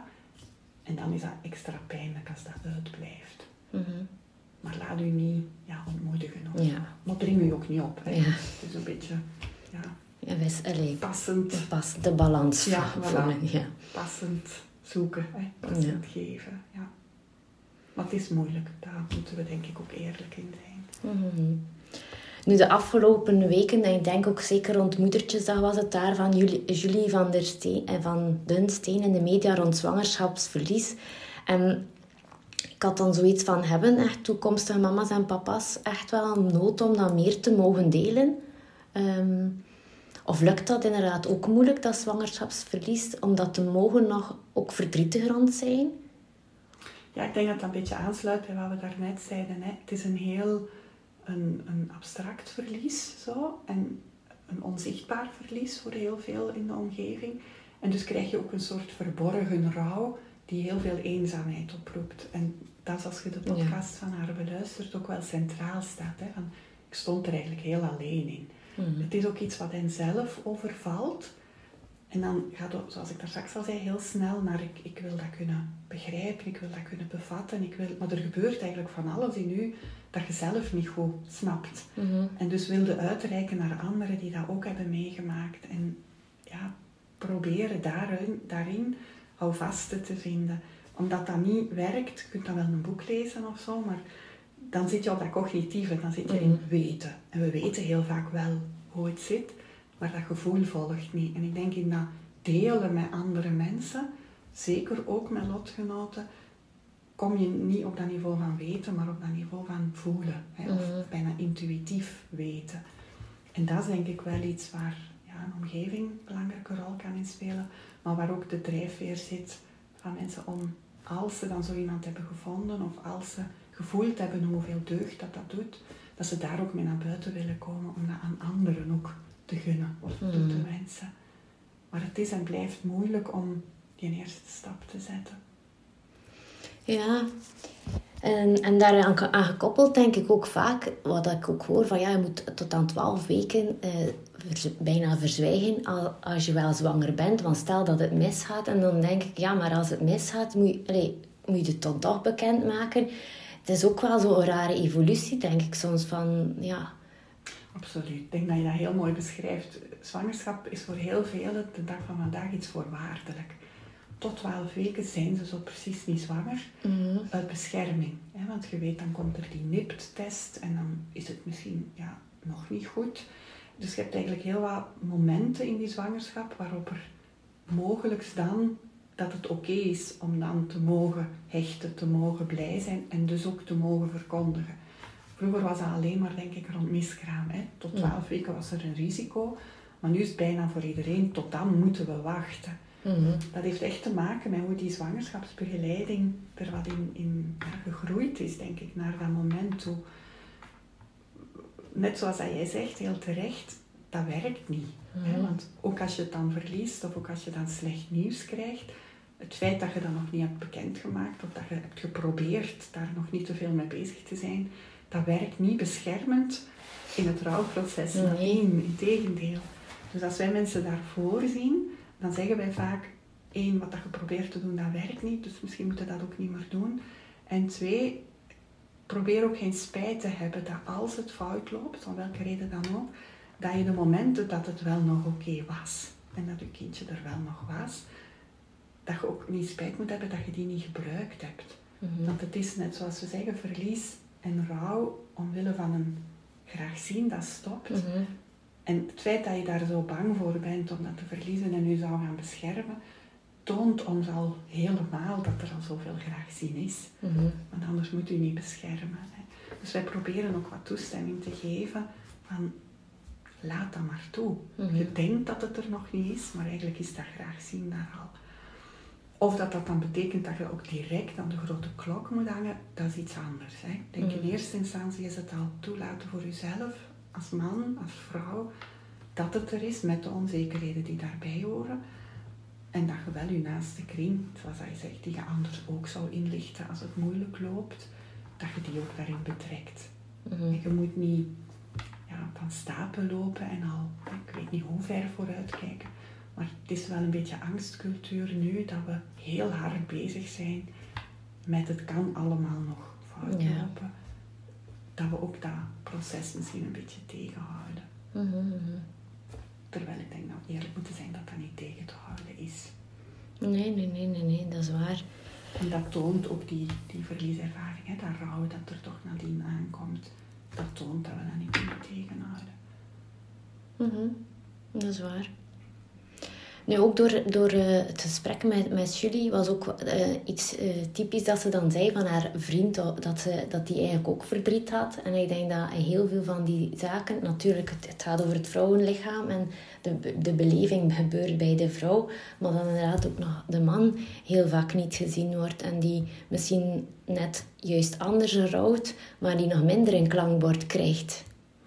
En dan is dat extra pijnlijk als dat uitblijft. Mm-hmm. Maar laat u niet ja, ontmoedigen. Ja. Maar dring u ook niet op. Hè. Ja. Het is een beetje ja, ja, wees, allez, passend. Pas, de balans ja, voelen. Voilà. Ja. Passend zoeken. Hè. Passend ja. geven. Ja. Maar het is moeilijk. Daar moeten we denk ik ook eerlijk in zijn. Mm-hmm. Nu, de afgelopen weken, en ik denk ook zeker rond Moedertjesdag was het daar van Julie van der Steen en van Dunsteen in de media rond zwangerschapsverlies. En ik had dan zoiets van hebben echt toekomstige mama's en papa's echt wel een nood om dat meer te mogen delen. Um, of lukt dat inderdaad ook moeilijk, dat zwangerschapsverlies, om dat te mogen nog ook verdrietig rond zijn? Ja, ik denk dat dat een beetje aansluit bij wat we daarnet zeiden. Hè. Het is een heel... Een, een abstract verlies zo, en een onzichtbaar verlies voor heel veel in de omgeving. En dus krijg je ook een soort verborgen rouw die heel veel eenzaamheid oproept. En dat is als je de podcast ja. van haar beluistert ook wel centraal staat. Hè, van, ik stond er eigenlijk heel alleen in. Mm-hmm. Het is ook iets wat hen zelf overvalt. En dan gaat het, zoals ik daar straks al zei, heel snel naar ik, ik wil dat kunnen begrijpen, ik wil dat kunnen bevatten. Ik wil, maar er gebeurt eigenlijk van alles in u dat je zelf niet goed snapt. Mm-hmm. En dus wilde uitreiken naar anderen die dat ook hebben meegemaakt. En ja, proberen daarin, daarin houvasten te vinden. Omdat dat niet werkt, je kunt dan wel een boek lezen of zo, maar dan zit je op dat cognitieve, dan zit je mm-hmm. in weten. En we weten heel vaak wel hoe het zit, maar dat gevoel volgt niet. En ik denk in dat delen met andere mensen, zeker ook met lotgenoten, kom je niet op dat niveau van weten, maar op dat niveau van voelen. Hè, of mm. bijna intuïtief weten. En dat is denk ik wel iets waar ja, een omgeving een belangrijke rol kan in spelen, maar waar ook de drijfveer zit van mensen om, als ze dan zo iemand hebben gevonden, of als ze gevoeld hebben hoeveel deugd dat dat doet, dat ze daar ook mee naar buiten willen komen om dat aan anderen ook te gunnen of mm. toe te wensen. Maar het is en blijft moeilijk om die eerste stap te zetten. Ja, en, en daaraan aan gekoppeld denk ik ook vaak, wat ik ook hoor, van ja, je moet tot aan twaalf weken eh, vers, bijna verzwijgen al, als je wel zwanger bent. Want stel dat het misgaat, en dan denk ik, ja, maar als het misgaat, moet je, allee, moet je het dan toch bekendmaken. Het is ook wel zo'n rare evolutie, denk ik soms, van ja... Absoluut. Ik denk dat je dat heel mooi beschrijft. Zwangerschap is voor heel velen de dag van vandaag iets voorwaardelijk. Tot twaalf weken zijn ze zo precies niet zwanger, mm-hmm. uit bescherming. Hè? Want je weet, dan komt er die N I P T-test en dan is het misschien ja, nog niet goed. Dus je hebt eigenlijk heel wat momenten in die zwangerschap waarop er mogelijk dan dat het oké is om dan te mogen hechten, te mogen blij zijn en dus ook te mogen verkondigen. Vroeger was dat alleen maar, denk ik, rond miskraam. Hè. Tot twaalf weken was er een risico, maar nu is het bijna voor iedereen, tot dan moeten we wachten. Mm-hmm. Dat heeft echt te maken met hoe die zwangerschapsbegeleiding er wat in, in ja, gegroeid is, denk ik, naar dat moment toe. Net zoals dat jij zegt, heel terecht, dat werkt niet. Mm-hmm. Hè? Want ook als je het dan verliest of ook als je dan slecht nieuws krijgt, het feit dat je dat nog niet hebt bekendgemaakt of dat je hebt geprobeerd daar nog niet te veel mee bezig te zijn, dat werkt niet beschermend in het rouwproces. Nee, integendeel. Dus als wij mensen daarvoor zien, dan zeggen wij vaak, één, wat dat je probeert te doen, dat werkt niet, dus misschien moet je dat ook niet meer doen. En twee, probeer ook geen spijt te hebben dat als het fout loopt, om welke reden dan ook, dat je de momenten dat het wel nog oké was en dat je kindje er wel nog was, dat je ook niet spijt moet hebben dat je die niet gebruikt hebt. Mm-hmm. Want het is net zoals we zeggen, verlies en rouw omwille van een graag zien, dat stopt. Mm-hmm. En het feit dat je daar zo bang voor bent om dat te verliezen en je zou gaan beschermen, toont ons al helemaal dat er al zoveel graag zien is. Mm-hmm. Want anders moet u niet beschermen. Hè. Dus wij proberen ook wat toestemming te geven van laat dat maar toe. Mm-hmm. Je denkt dat het er nog niet is, maar eigenlijk is dat graag zien daar al. Of dat dat dan betekent dat je ook direct aan de grote klok moet hangen, dat is iets anders. Hè. Ik denk mm-hmm. in eerste instantie is het al toelaten voor jezelf, als man, als vrouw, dat het er is met de onzekerheden die daarbij horen. En dat je wel je naaste kring, zoals hij zegt, die je anders ook zou inlichten als het moeilijk loopt, dat je die ook daarin betrekt. Mm-hmm. En je moet niet ja, van stapel lopen en al, ik weet niet hoe ver vooruit kijken. Maar het is wel een beetje angstcultuur nu, dat we heel hard bezig zijn met het kan allemaal nog fout ja. lopen. Dat we ook dat proces misschien een beetje tegenhouden. Mm-hmm. Terwijl ik denk dat we eerlijk moeten zijn dat dat niet tegen te houden is. Nee, nee, nee, nee, nee, dat is waar. En dat toont ook die, die verlieservaring, hè, dat rouw dat er toch nadien aankomt. Dat toont dat we dat niet kunnen tegenhouden. Mm-hmm. Dat is waar. Nu, ook door, door uh, het gesprek met, met Julie was ook uh, iets uh, typisch dat ze dan zei van haar vriend, dat, ze, dat die eigenlijk ook verdriet had. En ik denk dat heel veel van die zaken, natuurlijk het, het gaat over het vrouwenlichaam en de, de beleving gebeurt bij de vrouw, maar dan inderdaad ook nog de man heel vaak niet gezien wordt en die misschien net juist anders rouwt, maar die nog minder een klankbord krijgt.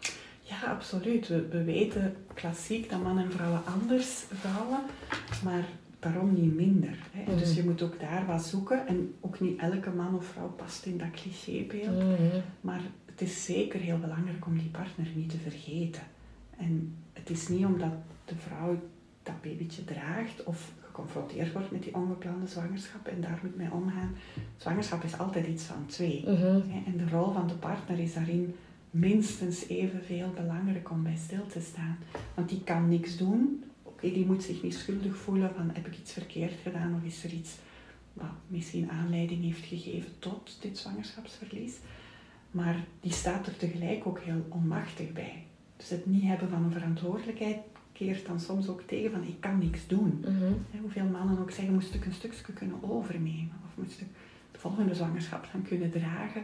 Ja, absoluut. We, we weten klassiek dat mannen en vrouwen anders rouwen, maar daarom niet minder. Hè. Mm-hmm. Dus je moet ook daar wat zoeken. En ook niet elke man of vrouw past in dat clichébeeld. Mm-hmm. Maar het is zeker heel belangrijk om die partner niet te vergeten. En het is niet omdat de vrouw dat babytje draagt of geconfronteerd wordt met die ongeplande zwangerschap en daar moet mee omgaan. Zwangerschap is altijd iets van twee. Mm-hmm. Hè. En de rol van de partner is daarin minstens evenveel belangrijk om bij stil te staan. Want die kan niks doen. Okay, die moet zich niet schuldig voelen van heb ik iets verkeerd gedaan of is er iets wat misschien aanleiding heeft gegeven tot dit zwangerschapsverlies. Maar die staat er tegelijk ook heel onmachtig bij. Dus het niet hebben van een verantwoordelijkheid keert dan soms ook tegen van ik kan niks doen. Mm-hmm. He, hoeveel mannen ook zeggen moest ik een stukje kunnen overnemen of moest ik de volgende zwangerschap dan kunnen dragen.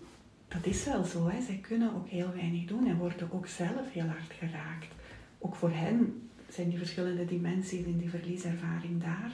Dat is wel zo, hè. Zij kunnen ook heel weinig doen en worden ook zelf heel hard geraakt. Ook voor hen zijn die verschillende dimensies in die verlieservaring daar.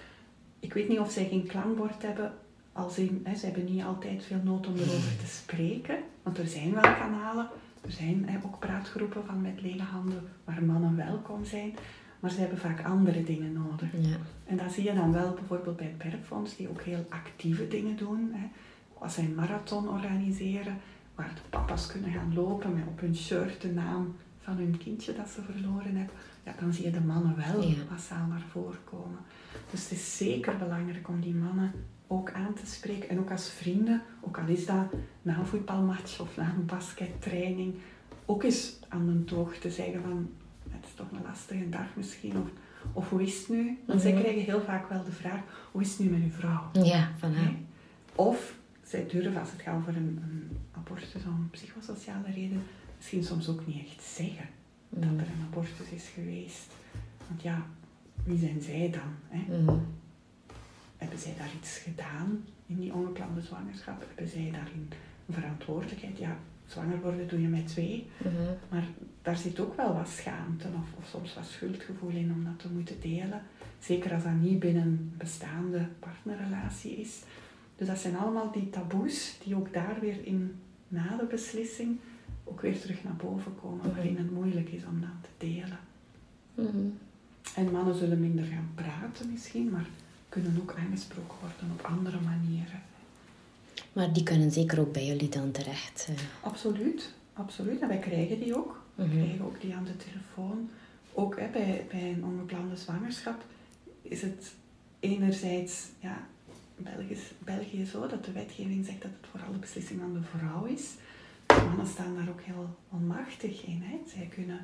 Ik weet niet of zij geen klankbord hebben, als in, hè, ze hebben niet altijd veel nood om erover te spreken, want er zijn wel kanalen, er zijn hè, ook praatgroepen van Met Lege Handen waar mannen welkom zijn, maar ze hebben vaak andere dingen nodig. Ja. En dat zie je dan wel bijvoorbeeld bij het Perkfonds, die ook heel actieve dingen doen, hè. Als zij een marathon organiseren, waar de papa's kunnen gaan lopen met op hun shirt de naam van hun kindje dat ze verloren hebben, ja, dan zie je de mannen wel ja. massaal naar voren komen. Dus het is zeker belangrijk om die mannen ook aan te spreken. En ook als vrienden, ook al is dat na een voetbalmatch of na een baskettraining, ook eens aan de toog te zeggen van, het is toch een lastige dag misschien, of, of hoe is het nu? Want mm-hmm. zij krijgen heel vaak wel de vraag, hoe is het nu met uw vrouw? Ja, van haar. Nee? Of zij durven, als het gaat over een, een abortus om psychosociale redenen, misschien soms ook niet echt zeggen mm. dat er een abortus is geweest. Want ja, wie zijn zij dan? Hè? Mm. hebben zij daar iets gedaan in die ongeplande zwangerschap? Hebben zij daarin een verantwoordelijkheid? Ja, zwanger worden doe je met twee, mm-hmm. maar daar zit ook wel wat schaamte of, of soms wat schuldgevoel in om dat te moeten delen. Zeker als dat niet binnen een bestaande partnerrelatie is. Dus dat zijn allemaal die taboes die ook daar weer in na de beslissing ook weer terug naar boven komen, mm-hmm. waarin het moeilijk is om dat te delen. Mm-hmm. En mannen zullen minder gaan praten misschien, maar kunnen ook aangesproken worden op andere manieren. Maar die kunnen zeker ook bij jullie dan terecht? Uh. Absoluut, absoluut. En wij krijgen die ook. We mm-hmm. krijgen ook die aan de telefoon. Ook hè, bij, bij een ongeplande zwangerschap is het enerzijds, ja, België, België zo dat de wetgeving zegt dat het vooral de beslissing van de vrouw is. De mannen staan daar ook heel onmachtig in. Hè. Zij kunnen,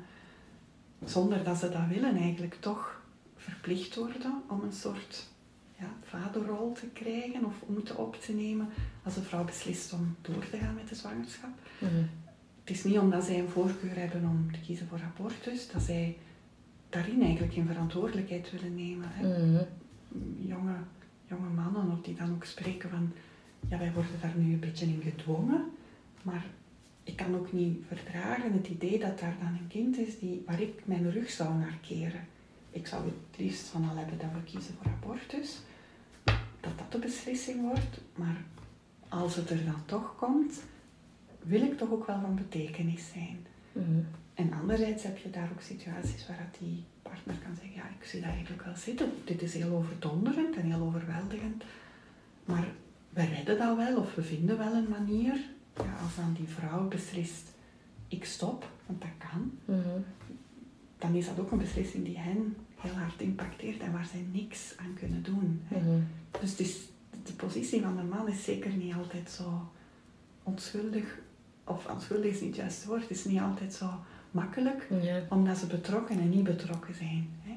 zonder dat ze dat willen, eigenlijk toch verplicht worden om een soort ja, vaderrol te krijgen of moeten op te nemen als de vrouw beslist om door te gaan met de zwangerschap. Mm-hmm. Het is niet omdat zij een voorkeur hebben om te kiezen voor abortus, dat zij daarin eigenlijk geen verantwoordelijkheid willen nemen. Hè. Mm-hmm. Jonge, jonge mannen, of die dan ook spreken van, ja, wij worden daar nu een beetje in gedwongen, maar ik kan ook niet verdragen het idee dat daar dan een kind is die, waar ik mijn rug zou naar keren. Ik zou het liefst van al hebben dat we kiezen voor abortus, dat dat de beslissing wordt, maar als het er dan toch komt, wil ik toch ook wel van betekenis zijn. Mm-hmm. En anderzijds heb je daar ook situaties waar die partner kan zeggen, ja, ik zie dat eigenlijk wel zitten, dit is heel overdonderend en heel overweldigend, maar we redden dat wel of we vinden wel een manier. Ja, als dan die vrouw beslist, ik stop, want dat kan, mm-hmm. dan is dat ook een beslissing die hen heel hard impacteert en waar zij niks aan kunnen doen. Mm-hmm. Dus het is, de positie van de man is zeker niet altijd zo onschuldig, of onschuldig is niet het juiste woord, het is niet altijd zo makkelijk, ja. omdat ze betrokken en niet betrokken zijn. Hè.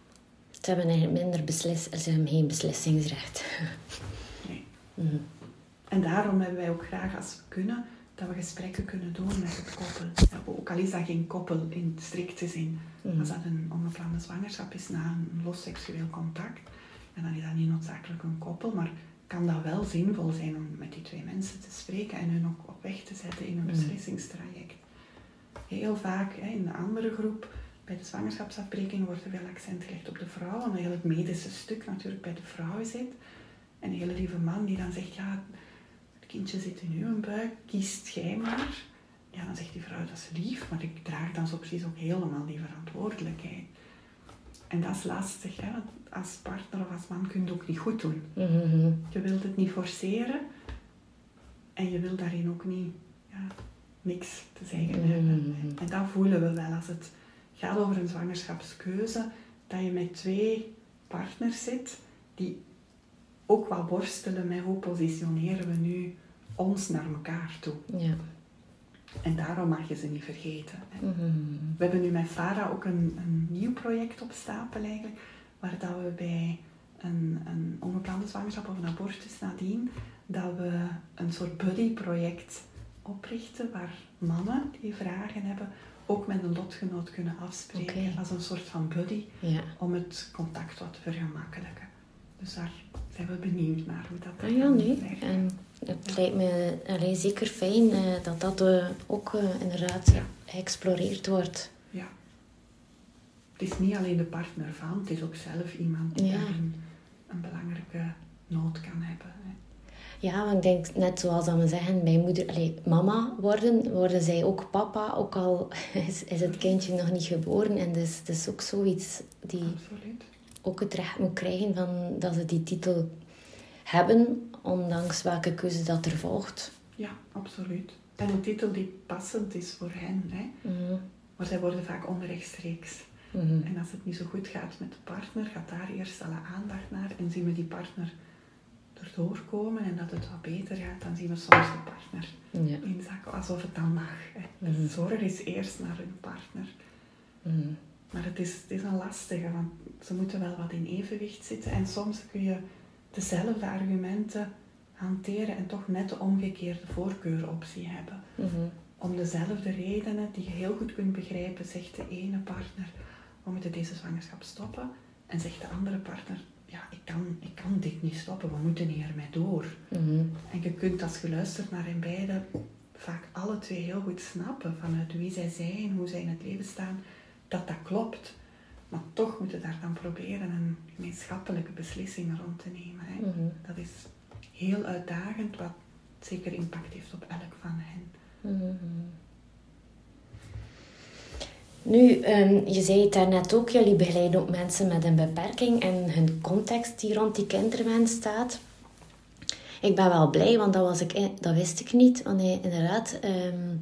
Ze hebben eigenlijk minder beslis, ze hebben geen beslissingsrecht. Nee. Mm-hmm. En daarom hebben wij ook graag, als we kunnen, dat we gesprekken kunnen doen met het koppel. Ook al is dat geen koppel in strikte zin. Mm. Als dat een ongeplande zwangerschap is na een los seksueel contact, en dan is dat niet noodzakelijk een koppel, maar kan dat wel zinvol zijn om met die twee mensen te spreken en hun ook op weg te zetten in een beslissingstraject. Heel vaak hè, in de andere groep, bij de zwangerschapsafbreking, wordt er veel accent gelegd op de vrouw, omdat heel het medische stuk natuurlijk bij de vrouw zit. En een hele lieve man die dan zegt, ja, het kindje zit in uw buik, kiest jij maar. Ja, dan zegt die vrouw, dat is lief, maar ik draag dan zo precies ook helemaal die verantwoordelijkheid. En dat is lastig, hè? Want als partner of als man kun je het ook niet goed doen. Mm-hmm. Je wilt het niet forceren en je wilt daarin ook niet ja, niks te zeggen mm-hmm. hebben. En dat voelen we wel als het gaat over een zwangerschapskeuze, dat je met twee partners zit die ook wel worstelen met hoe positioneren we nu ons naar elkaar toe. Ja. En daarom mag je ze niet vergeten. Mm-hmm. We hebben nu met Farah ook een, een nieuw project op stapel eigenlijk, waar dat we bij een, een ongeplande zwangerschap of een abortus nadien, dat we een soort buddy-project oprichten, waar mannen die vragen hebben, ook met een lotgenoot kunnen afspreken, okay. als een soort van buddy, ja. om het contact wat te vergemakkelijken. Dus daar zijn we benieuwd naar hoe dat ah, ja, nee. En het lijkt me allee, zeker fijn uh, dat dat uh, ook uh, inderdaad ja. geëxploreerd wordt. Ja. Het is niet alleen de partner van, het is ook zelf iemand die ja. daarin een belangrijke nood kan hebben. Hè. Ja, want ik denk net zoals dat we zeggen, bij moeder, allee, mama worden, worden zij ook papa, ook al is, is het kindje nog niet geboren. En dus het is ook zoiets die Absoluut. Ook het recht moet krijgen van dat ze die titel hebben, ondanks welke keuze dat er volgt. Ja, absoluut. En een titel die passend is voor hen. Hè? Mm-hmm. Maar zij worden vaak onrechtstreeks. Mm-hmm. En als het niet zo goed gaat met de partner, gaat daar eerst alle aandacht naar. En zien we die partner erdoor komen en dat het wat beter gaat, dan zien we soms de partner ja. inzakken. Alsof het dan mag. Hè? Mm-hmm. De zorg is eerst naar hun partner. Mm-hmm. Maar het is, het is een lastige, want ze moeten wel wat in evenwicht zitten. En soms kun je dezelfde argumenten hanteren en toch net de omgekeerde voorkeuroptie hebben. Mm-hmm. Om dezelfde redenen die je heel goed kunt begrijpen, zegt de ene partner, we moeten deze zwangerschap stoppen. En zegt de andere partner, ja, ik kan, ik kan dit niet stoppen, we moeten hiermee door. Mm-hmm. En je kunt als je luistert naar hen beiden vaak alle twee heel goed snappen vanuit wie zij zijn, hoe zij in het leven staan, dat dat klopt. Maar toch moeten daar dan proberen een gemeenschappelijke beslissing rond te nemen. Hè. Mm-hmm. Dat is heel uitdagend, wat zeker impact heeft op elk van hen. Mm-hmm. Nu, um, je zei het daarnet ook, jullie begeleiden ook mensen met een beperking en hun context die rond die kinderwens staat. Ik ben wel blij, want dat, was ik, dat wist ik niet. Want nee, inderdaad, um,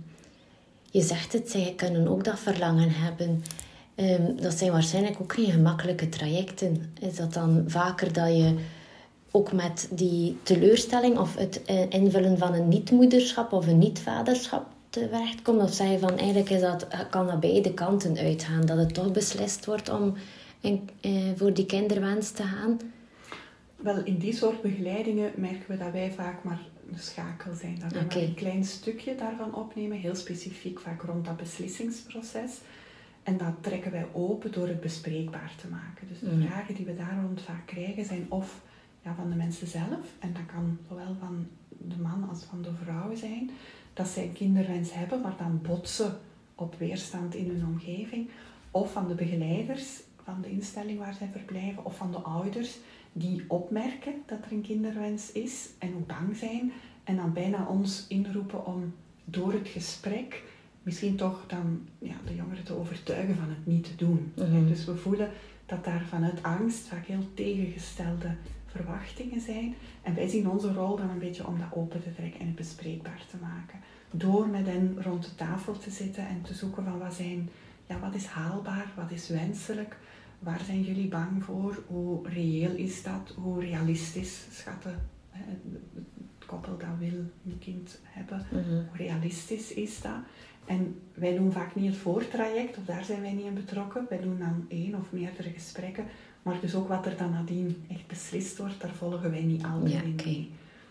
je zegt het, zij kunnen ook dat verlangen hebben. Um, dat zijn waarschijnlijk ook geen gemakkelijke trajecten. Is dat dan vaker dat je ook met die teleurstelling of het invullen van een niet-moederschap of een niet-vaderschap terechtkomt? Of zeg je van, eigenlijk is dat, kan dat beide kanten uitgaan? Dat het toch beslist wordt om in, uh, voor die kinderwens te gaan? Wel, in die soort begeleidingen merken we dat wij vaak maar een schakel zijn. Dat we okay. maar een klein stukje daarvan opnemen, heel specifiek vaak rond dat beslissingsproces. En dat trekken wij open door het bespreekbaar te maken. Dus de mm. vragen die we daar rond vaak krijgen zijn of ja, van de mensen zelf, en dat kan zowel van de man als van de vrouw zijn, dat zij een kinderwens hebben, maar dan botsen op weerstand in hun omgeving, of van de begeleiders van de instelling waar zij verblijven, of van de ouders die opmerken dat er een kinderwens is en ook bang zijn, en dan bijna ons inroepen om door het gesprek misschien toch dan ja, de jongeren te overtuigen van het niet te doen. Mm-hmm. Dus we voelen dat daar vanuit angst vaak heel tegengestelde verwachtingen zijn. En wij zien onze rol dan een beetje om dat open te trekken en het bespreekbaar te maken. Door met hen rond de tafel te zitten en te zoeken van wat, zijn, ja, wat is haalbaar, wat is wenselijk, waar zijn jullie bang voor, hoe reëel is dat, hoe realistisch schatten hè, het koppel dat wil een kind hebben, mm-hmm. hoe realistisch is dat. En wij doen vaak niet het voortraject, of daar zijn wij niet in betrokken. Wij doen dan één of meerdere gesprekken, maar dus ook wat er dan nadien echt beslist wordt, daar volgen wij niet altijd ja, in okay. mee.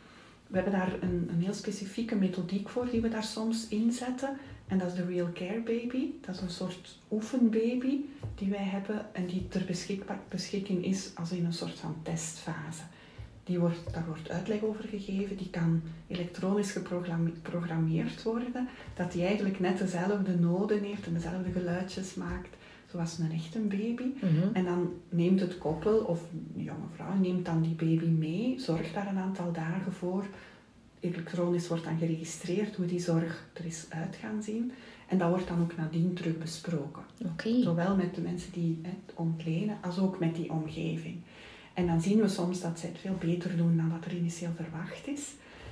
We hebben daar een, een heel specifieke methodiek voor die we daar soms inzetten. En dat is de Real Care Baby. Dat is een soort oefenbaby die wij hebben en die ter beschikking is als in een soort van testfase. Die wordt, daar wordt uitleg over gegeven, die kan elektronisch geprogrammeerd worden, dat die eigenlijk net dezelfde noden heeft en dezelfde geluidjes maakt zoals een echte baby. Mm-hmm. En dan neemt het koppel of een jonge vrouw neemt dan die baby mee, zorgt daar een aantal dagen voor. Elektronisch wordt dan geregistreerd hoe die zorg er is uit gaan zien. En dat wordt dan ook nadien terug besproken. Okay. Zowel met de mensen die het ontlenen als ook met die omgeving. En dan zien we soms dat zij het veel beter doen dan wat er initieel verwacht is.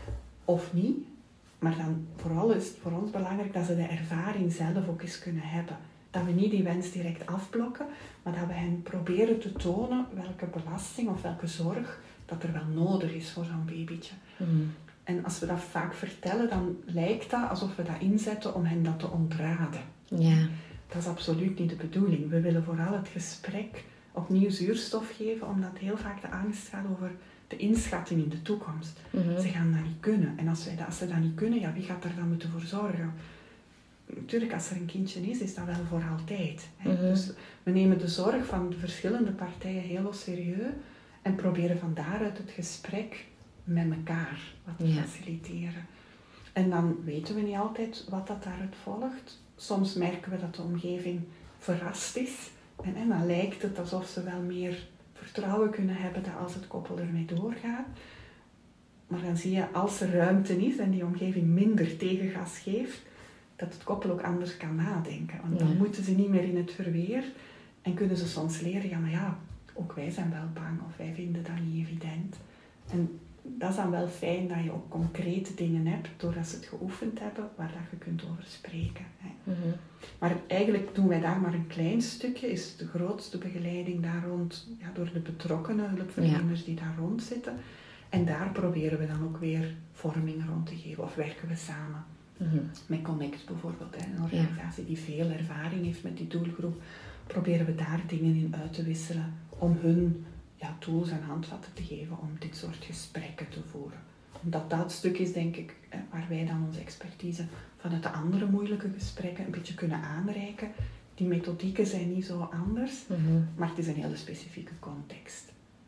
Of niet. Maar dan vooral is het voor ons belangrijk dat ze de ervaring zelf ook eens kunnen hebben. Dat we niet die wens direct afblokken, maar dat we hen proberen te tonen welke belasting of welke zorg dat er wel nodig is voor zo'n babytje. Mm. En als we dat vaak vertellen, dan lijkt dat alsof we dat inzetten om hen dat te ontraden. Yeah. Dat is absoluut niet de bedoeling. We willen vooral het gesprek opnieuw zuurstof geven, omdat heel vaak de angst gaat over de inschatting in de toekomst. Mm-hmm. Ze gaan dat niet kunnen. En als, wij dat, als ze dat niet kunnen, ja, wie gaat er dan moeten voor zorgen? Natuurlijk, als er een kindje is, is dat wel voor altijd. Hè? Mm-hmm. Dus we nemen de zorg van de verschillende partijen heel serieus en proberen van daaruit het gesprek met elkaar wat te yeah. faciliteren. En dan weten we niet altijd wat dat daaruit volgt. Soms merken we dat de omgeving verrast is. En, en dan lijkt het alsof ze wel meer vertrouwen kunnen hebben dat als het koppel ermee doorgaat. Maar dan zie je, als er ruimte is en die omgeving minder tegengas geeft, dat het koppel ook anders kan nadenken. Want dan ja. moeten ze niet meer in het verweer en kunnen ze soms leren, ja maar ja, ook wij zijn wel bang of wij vinden dat niet evident. En dat is dan wel fijn dat je ook concrete dingen hebt, doordat ze het geoefend hebben, waar dat je kunt over spreken. Hè. Mm-hmm. Maar eigenlijk doen wij daar maar een klein stukje, is de grootste begeleiding daar rond, ja, door de betrokkenen hulpverleners ja. die daar rond zitten. En daar proberen we dan ook weer vorming rond te geven, of werken we samen. Mm-hmm. Met Connect bijvoorbeeld, hè, een organisatie ja. die veel ervaring heeft met die doelgroep, proberen we daar dingen in uit te wisselen om hun ja, tools en handvatten te geven om dit soort gesprekken te voeren. Omdat dat stuk is, denk ik, waar wij dan onze expertise vanuit de andere moeilijke gesprekken een beetje kunnen aanreiken. Die methodieken zijn niet zo anders, mm-hmm. maar het is een hele specifieke context.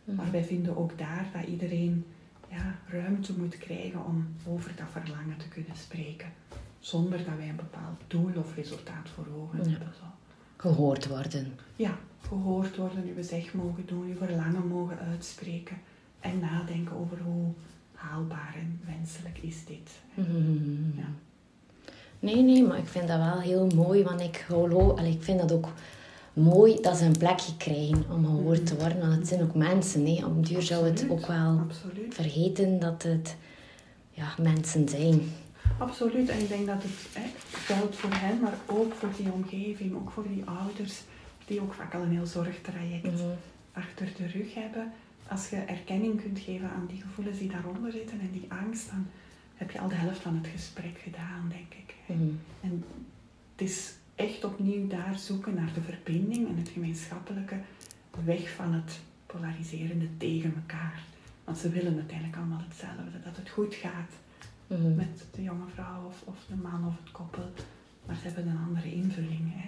Mm. Maar wij vinden ook daar dat iedereen ja, ruimte moet krijgen om over dat verlangen te kunnen spreken. Zonder dat wij een bepaald doel of resultaat voor ogen ja. hebben. Zo. Gehoord worden. Ja, gehoord worden, uw zeg mogen doen, uw verlangen mogen uitspreken. En nadenken over hoe haalbaar en wenselijk is dit. Mm-hmm. Ja. Nee, nee, maar ik vind dat wel heel mooi. Want ik, geloof, ik vind dat ook mooi dat ze een plekje krijgen om gehoord te worden. Want het zijn ook mensen. Hè. Op een duur zou het ook wel Absoluut. vergeten dat het ja, mensen zijn. Absoluut. En ik denk dat het hè, geldt voor hen, maar ook voor die omgeving. Ook voor die ouders die ook vaak al een heel zorgtraject mm-hmm. achter de rug hebben. Als je erkenning kunt geven aan die gevoelens die daaronder zitten en die angst, dan heb je al de helft van het gesprek gedaan, denk ik. Mm-hmm. En het is echt opnieuw daar zoeken naar de verbinding en het gemeenschappelijke, weg van het polariserende tegen elkaar. Want ze willen uiteindelijk allemaal hetzelfde, dat het goed gaat mm-hmm. met de jonge vrouw of, of de man of het koppel, maar ze hebben een andere invulling. Hè.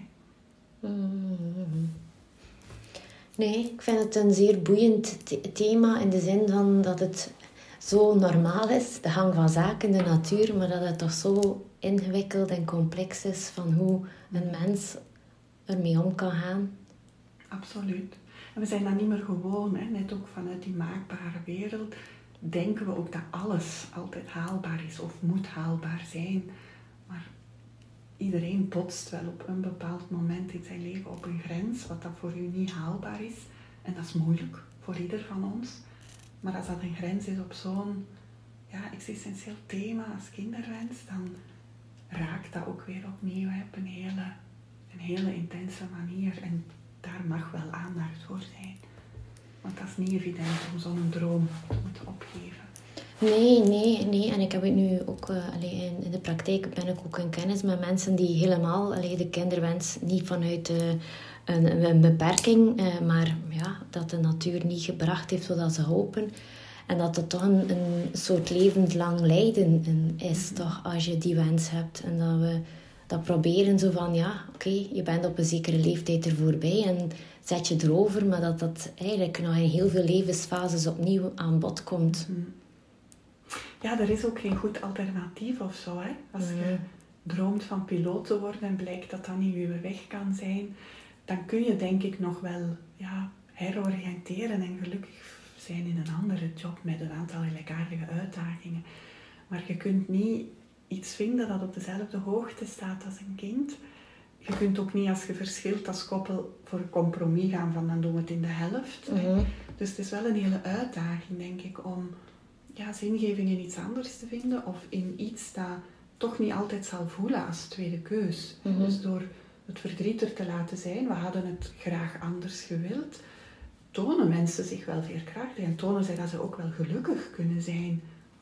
Mm-hmm. Nee, ik vind het een zeer boeiend thema in de zin van dat het zo normaal is, de gang van zaken, de natuur, maar dat het toch zo ingewikkeld en complex is van hoe een mens ermee om kan gaan. Absoluut. En we zijn dat niet meer gewoon, hè? Net ook vanuit die maakbare wereld denken we ook dat alles altijd haalbaar is of moet haalbaar zijn. Maar iedereen botst wel op een bepaald moment in zijn leven op een grens, wat dat voor u niet haalbaar is. En dat is moeilijk voor ieder van ons. Maar als dat een grens is op zo'n ja, existentieel thema als kinderwens, dan raakt dat ook weer opnieuw op een hele, een hele intense manier. En daar mag wel aandacht voor zijn. Want dat is niet evident om zo'n droom te moeten opgeven. Nee, nee, nee. En ik heb het nu ook, uh, allee, in, in de praktijk ben ik ook in kennis met mensen die helemaal allee, de kinderwens niet vanuit uh, een, een beperking, uh, maar ja, dat de natuur niet gebracht heeft zodat ze hopen. En dat het toch een, een soort levenslang lijden is, mm-hmm. toch, als je die wens hebt. En dat we dat proberen zo van, ja, oké, okay, je bent op een zekere leeftijd er voorbij en zet je erover, maar dat dat eigenlijk nog in heel veel levensfases opnieuw aan bod komt. Mm-hmm. Ja, er is ook geen goed alternatief of zo, hè. Als mm-hmm. je droomt van piloot te worden en blijkt dat dat niet je weg kan zijn, dan kun je denk ik nog wel ja, heroriënteren en gelukkig zijn in een andere job met een aantal gelijkaardige uitdagingen. Maar je kunt niet iets vinden dat op dezelfde hoogte staat als een kind. Je kunt ook niet, als je verschilt als koppel, voor een compromis gaan van dan doen we het in de helft. Mm-hmm. Dus het is wel een hele uitdaging, denk ik, om ja, zingeving in iets anders te vinden of in iets dat toch niet altijd zal voelen als tweede keus. Mm-hmm. Dus door het verdriet er te laten zijn, we hadden het graag anders gewild, tonen mensen zich wel veerkrachtig en tonen zij dat ze ook wel gelukkig kunnen zijn.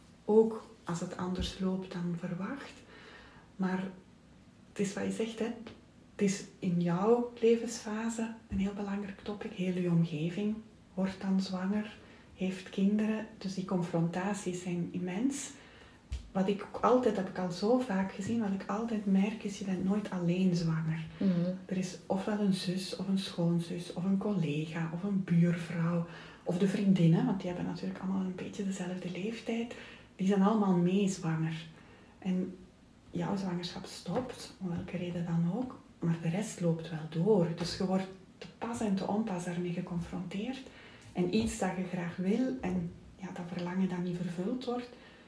Ook als het anders loopt dan verwacht. Maar het is wat je zegt, hè. Het is in jouw levensfase een heel belangrijk topic. Heel je omgeving wordt dan zwanger, heeft kinderen. Dus die confrontaties zijn immens. Wat ik ook altijd, heb ik al zo vaak gezien, wat ik altijd merk is, je bent nooit alleen zwanger. Mm-hmm. Er is ofwel een zus of een schoonzus of een collega of een buurvrouw of de vriendinnen, want die hebben natuurlijk allemaal een beetje dezelfde leeftijd. Die zijn allemaal mee zwanger. En jouw zwangerschap stopt, om welke reden dan ook, maar de rest loopt wel door. Dus je wordt te pas en te onpas daarmee geconfronteerd. En iets dat je graag wil en ja, dat verlangen dat niet vervuld wordt,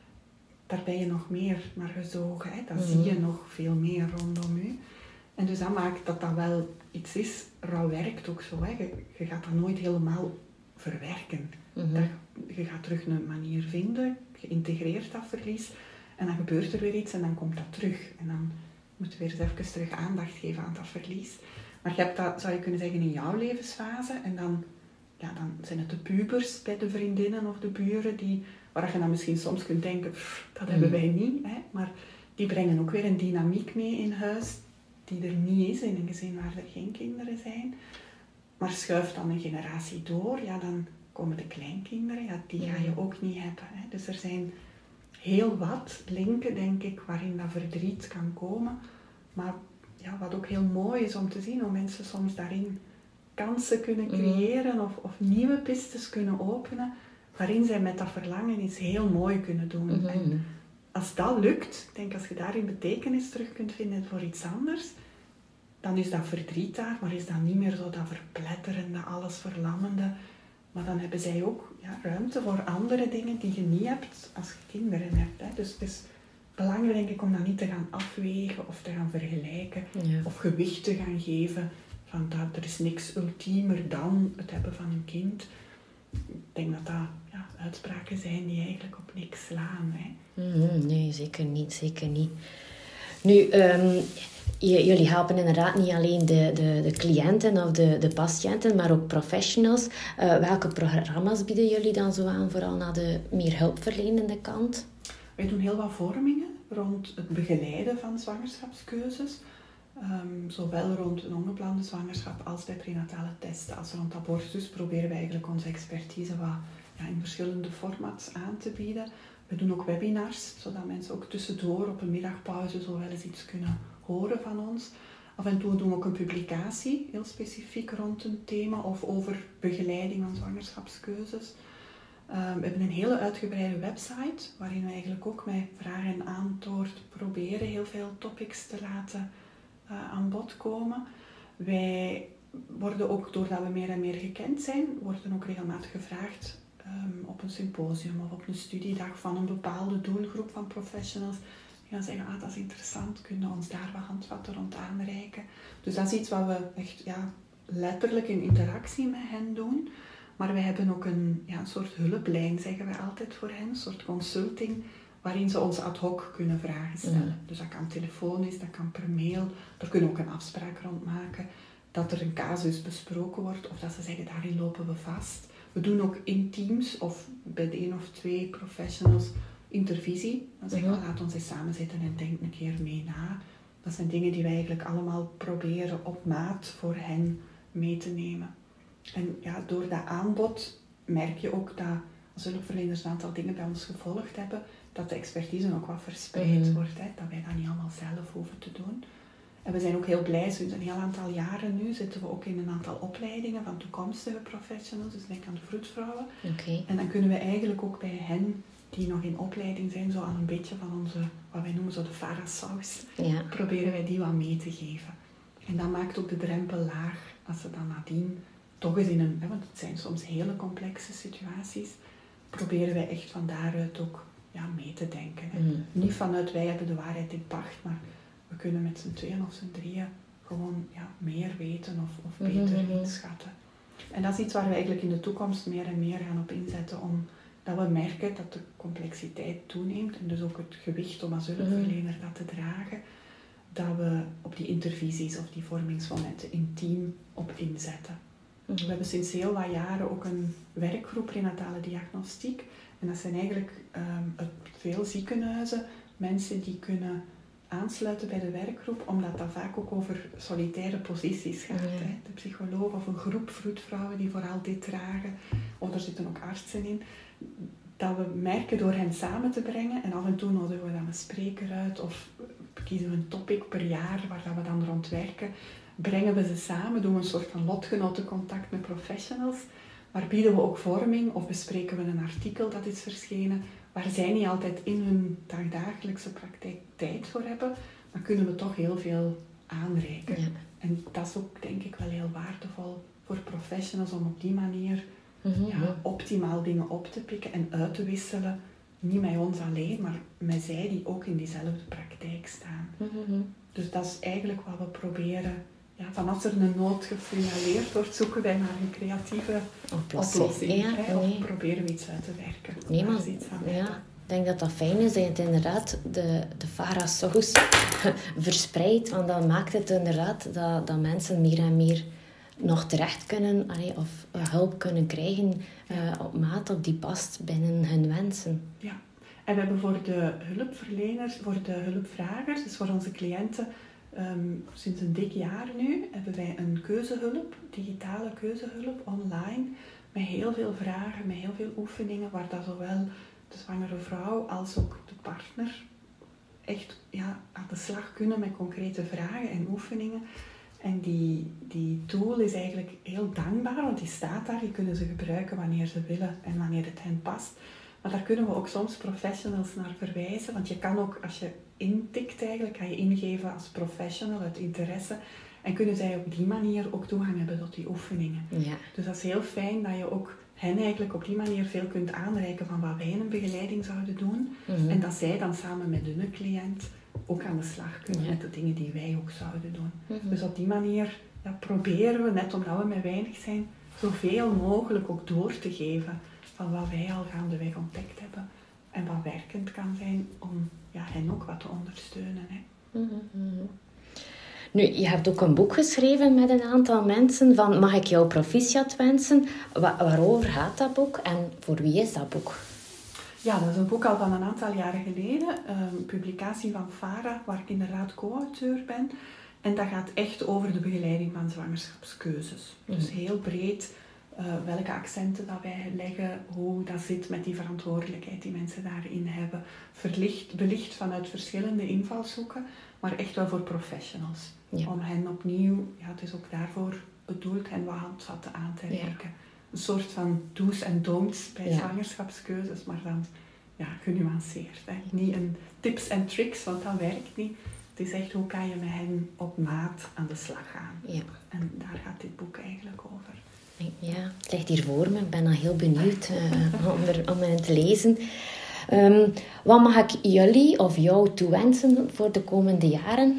daar ben je nog meer naar gezogen. Hè? Dan mm-hmm. zie je nog veel meer rondom je. En dus dat maakt dat dat wel iets is. Rouw werkt ook zo. Hè? Je, je gaat dat nooit helemaal verwerken. Mm-hmm. Dat, je gaat terug een manier vinden. Je integreert dat verlies. En dan gebeurt er weer iets en dan komt dat terug. En dan moet je weer eens even terug aandacht geven aan dat verlies. Maar je hebt dat, zou je kunnen zeggen, in jouw levensfase. En dan, ja, dan zijn het de pubers bij de vriendinnen of de buren die, waar je dan misschien soms kunt denken, pff, dat hebben wij niet. Hè? Maar die brengen ook weer een dynamiek mee in huis die er niet is in een gezin waar er geen kinderen zijn. Maar schuift dan een generatie door, ja, dan komen de kleinkinderen, ja, die ga je ook niet hebben. Hè? Dus er zijn heel wat linken, denk ik, waarin dat verdriet kan komen. Maar ja, wat ook heel mooi is om te zien, hoe mensen soms daarin kansen kunnen creëren mm. of, of nieuwe pistes kunnen openen, waarin zij met dat verlangen iets heel mooi kunnen doen. Mm-hmm. En als dat lukt, ik denk als je daarin betekenis terug kunt vinden voor iets anders, dan is dat verdriet daar, maar is dat niet meer zo dat verpletterende, alles verlammende. Maar dan hebben zij ook ja, ruimte voor andere dingen die je niet hebt als je kinderen hebt. Hè. Dus het is belangrijk, denk ik, om dat niet te gaan afwegen of te gaan vergelijken. Ja. Of gewicht te gaan geven. Van dat er is niks ultiemer dan het hebben van een kind. Ik denk dat dat ja, uitspraken zijn die eigenlijk op niks slaan. Hè. Mm-hmm, nee, zeker niet. Zeker niet. Nu, um, j- jullie helpen inderdaad niet alleen de, de, de cliënten of de, de patiënten, maar ook professionals. Uh, welke programma's bieden jullie dan zo aan, vooral naar de meer hulpverlenende kant? Wij doen heel wat vormingen rond het begeleiden van zwangerschapskeuzes. Um, zowel rond een ongeplande zwangerschap als bij prenatale testen als rond abortus proberen wij eigenlijk onze expertise wat, ja, in verschillende formats aan te bieden. We doen ook webinars, zodat mensen ook tussendoor op een middagpauze zo wel eens iets kunnen horen van ons. Af en toe doen we ook een publicatie, heel specifiek rond een thema of over begeleiding van zwangerschapskeuzes. Um, we hebben een hele uitgebreide website, waarin we eigenlijk ook met vraag en antwoord proberen heel veel topics te laten uh, aan bod komen. Wij worden ook, doordat we meer en meer gekend zijn, worden ook regelmatig gevraagd um, op een symposium of op een studiedag van een bepaalde doelgroep van professionals. Die gaan zeggen, ah, dat is interessant, kunnen we ons daar wat handvatten rond aanreiken. Dus dat is iets wat we echt ja, letterlijk in interactie met hen doen. Maar wij hebben ook een, ja, een soort hulplijn, zeggen wij altijd voor hen, een soort consulting, waarin ze ons ad hoc kunnen vragen stellen. Mm. Dus dat kan telefonisch, dat kan per mail, daar kunnen we ook een afspraak rond maken, dat er een casus besproken wordt of dat ze zeggen, daarin lopen we vast. We doen ook in teams of bij de één of twee professionals intervisie. Dan zeggen we, mm-hmm. laat ons eens samen zitten en denk een keer mee na. Dat zijn dingen die wij eigenlijk allemaal proberen op maat voor hen mee te nemen. En ja, door dat aanbod merk je ook dat als hulpverleners een aantal dingen bij ons gevolgd hebben, dat de expertise ook wat verspreid mm. wordt. Hè? Dat wij dat niet allemaal zelf hoeven te doen. En we zijn ook heel blij, sinds een heel aantal jaren nu zitten we ook in een aantal opleidingen van toekomstige professionals. Dus denk aan de vroedvrouwen. Okay. En dan kunnen we eigenlijk ook bij hen die nog in opleiding zijn, zo al een beetje van onze, wat wij noemen zo de Farasaus, ja. proberen wij die wat mee te geven. En dat maakt ook de drempel laag als ze dan nadien toch eens in een, hè, want het zijn soms hele complexe situaties, proberen wij echt van daaruit ook ja, mee te denken. Hè. Mm. Niet vanuit wij hebben de waarheid in pacht, maar we kunnen met z'n tweeën of z'n drieën gewoon ja, meer weten of, of beter mm-hmm. inschatten. En dat is iets waar we eigenlijk in de toekomst meer en meer gaan op inzetten, omdat we merken dat de complexiteit toeneemt en dus ook het gewicht om als hulpverlener dat te dragen, dat we op die intervisies of die vormingsmomenten intiem op inzetten. We hebben sinds heel wat jaren ook een werkgroep prenatale diagnostiek. En dat zijn eigenlijk um, uit veel ziekenhuizen mensen die kunnen aansluiten bij de werkgroep, omdat dat vaak ook over solitaire posities gaat. Ja. Hè. De psycholoog of een groep vroedvrouwen die vooral dit dragen, of er zitten ook artsen in, dat we merken door hen samen te brengen, en af en toe nodigen we dan een spreker uit, of kiezen we een topic per jaar waar dat we dan rond werken, brengen we ze samen, doen we een soort van lotgenotencontact met professionals, maar bieden we ook vorming of bespreken we een artikel dat is verschenen, waar zij niet altijd in hun dagdagelijkse praktijk tijd voor hebben, dan kunnen we toch heel veel aanreiken. Ja. En dat is ook denk ik wel heel waardevol voor professionals om op die manier mm-hmm. ja, optimaal dingen op te pikken en uit te wisselen. Niet met ons alleen, maar met zij die ook in diezelfde praktijk staan. Mm-hmm. Dus dat is eigenlijk wat we proberen. Ja, van als er een nood gesignaleerd wordt, zoeken wij naar een creatieve oplossing. oplossing ja, hè, nee. Of proberen we iets uit te werken. Nee, maar, ja, ik denk dat dat fijn is dat je het inderdaad de, de Farasaus verspreidt. Want dan maakt het inderdaad dat, dat mensen meer en meer nog terecht kunnen, allee, of uh, hulp kunnen krijgen uh, op maat of die past binnen hun wensen. Ja, en we hebben voor de hulpverleners, voor de hulpvragers, dus voor onze cliënten, Um, sinds een dik jaar nu hebben wij een keuzehulp, digitale keuzehulp online, met heel veel vragen, met heel veel oefeningen, waar dat zowel de zwangere vrouw als ook de partner echt ja, aan de slag kunnen met concrete vragen en oefeningen. En die, die tool is eigenlijk heel dankbaar, want die staat daar. Die kunnen ze gebruiken wanneer ze willen en wanneer het hen past. Maar daar kunnen we ook soms professionals naar verwijzen. Want je kan ook, als je intikt eigenlijk, kan je ingeven als professional uit interesse. En kunnen zij op die manier ook toegang hebben tot die oefeningen. Ja. Dus dat is heel fijn dat je ook hen eigenlijk op die manier veel kunt aanreiken van wat wij in een begeleiding zouden doen. Mm-hmm. En dat zij dan samen met hun cliënt ook aan de slag kunnen ja. met de dingen die wij ook zouden doen. Mm-hmm. Dus op die manier ja, proberen we, net omdat we met weinig zijn, zoveel mogelijk ook door te geven van wat wij al gaandeweg ontdekt hebben. En wat werkend kan zijn om ja, hen ook wat te ondersteunen. Hè. Mm-hmm. Nu, je hebt ook een boek geschreven met een aantal mensen van Mag ik jou proficiat wensen? Wa- waarover gaat dat boek en voor wie is dat boek? Ja, dat is een boek al van een aantal jaren geleden. Een publicatie van Fara, waar ik inderdaad co-auteur ben. En dat gaat echt over de begeleiding van zwangerschapskeuzes. Mm. Dus heel breed uh, welke accenten dat wij leggen, hoe dat zit met die verantwoordelijkheid die mensen daarin hebben. Verlicht, belicht vanuit verschillende invalshoeken, maar echt wel voor professionals. Ja. Om hen opnieuw, ja, het is ook daarvoor bedoeld, hen wat handvatten aan te reiken. Ja. Een soort van do's en don'ts bij ja. zwangerschapskeuzes, maar dan ja, genuanceerd. Hè. Niet een tips en tricks, want dat werkt niet. Het is echt hoe kan je met hen op maat aan de slag gaan. Ja. En daar gaat dit boek eigenlijk over. Ja, het ligt hier voor me. Ik ben al heel benieuwd uh, om, er, om het te lezen. Um, wat mag ik jullie of jou toewensen voor de komende jaren?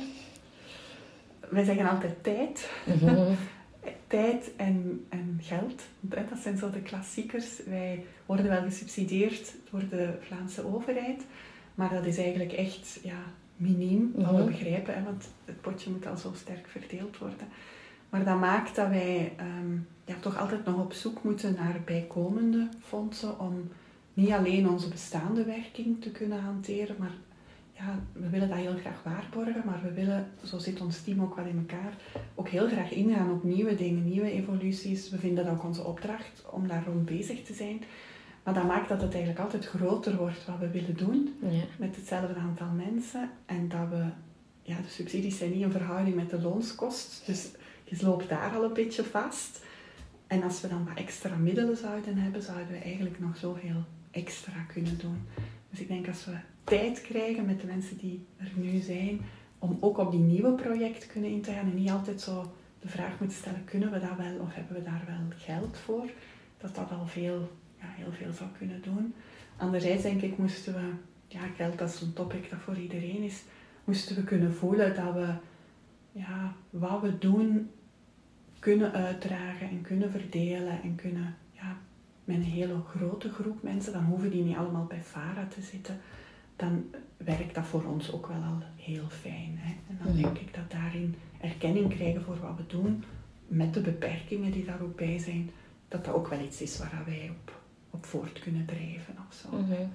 Wij zeggen altijd tijd. Mm-hmm. Tijd en, en geld. Dat zijn zo de klassiekers. Wij worden wel gesubsidieerd door de Vlaamse overheid. Maar dat is eigenlijk echt ja, miniem, wat mm-hmm. we begrijpen. Hè, want het potje moet al zo sterk verdeeld worden. Maar dat maakt dat wij um, ja, toch altijd nog op zoek moeten naar bijkomende fondsen. Om niet alleen onze bestaande werking te kunnen hanteren. Maar ja, we willen dat heel graag waarborgen. Maar we willen, zo zit ons team ook wel in elkaar, ook heel graag ingaan op nieuwe dingen, nieuwe evoluties. We vinden dat ook onze opdracht om daar rond bezig te zijn. Maar dat maakt dat het eigenlijk altijd groter wordt wat we willen doen. Ja. Met hetzelfde aantal mensen. En dat we, ja, de subsidies zijn niet in verhouding met de loonskost. Dus je loopt daar al een beetje vast. En als we dan wat extra middelen zouden hebben, zouden we eigenlijk nog zoveel extra kunnen doen. Dus ik denk als we tijd krijgen met de mensen die er nu zijn, om ook op die nieuwe projecten kunnen in te gaan en niet altijd zo de vraag moeten stellen, kunnen we dat wel of hebben we daar wel geld voor? Dat dat al veel, ja, heel veel zou kunnen doen. Anderzijds denk ik, moesten we, ja, geld dat is een topic dat voor iedereen is, moesten we kunnen voelen dat we, ja, wat we doen kunnen uitdragen en kunnen verdelen en kunnen, ja, met een hele grote groep mensen, dan hoeven die niet allemaal bij Fara te zitten, dan werkt dat voor ons ook wel al heel fijn. Hè? En dan denk ik dat daarin erkenning krijgen voor wat we doen, met de beperkingen die daar ook bij zijn, dat dat ook wel iets is waar wij op, op voort kunnen drijven of zo. Mm-hmm.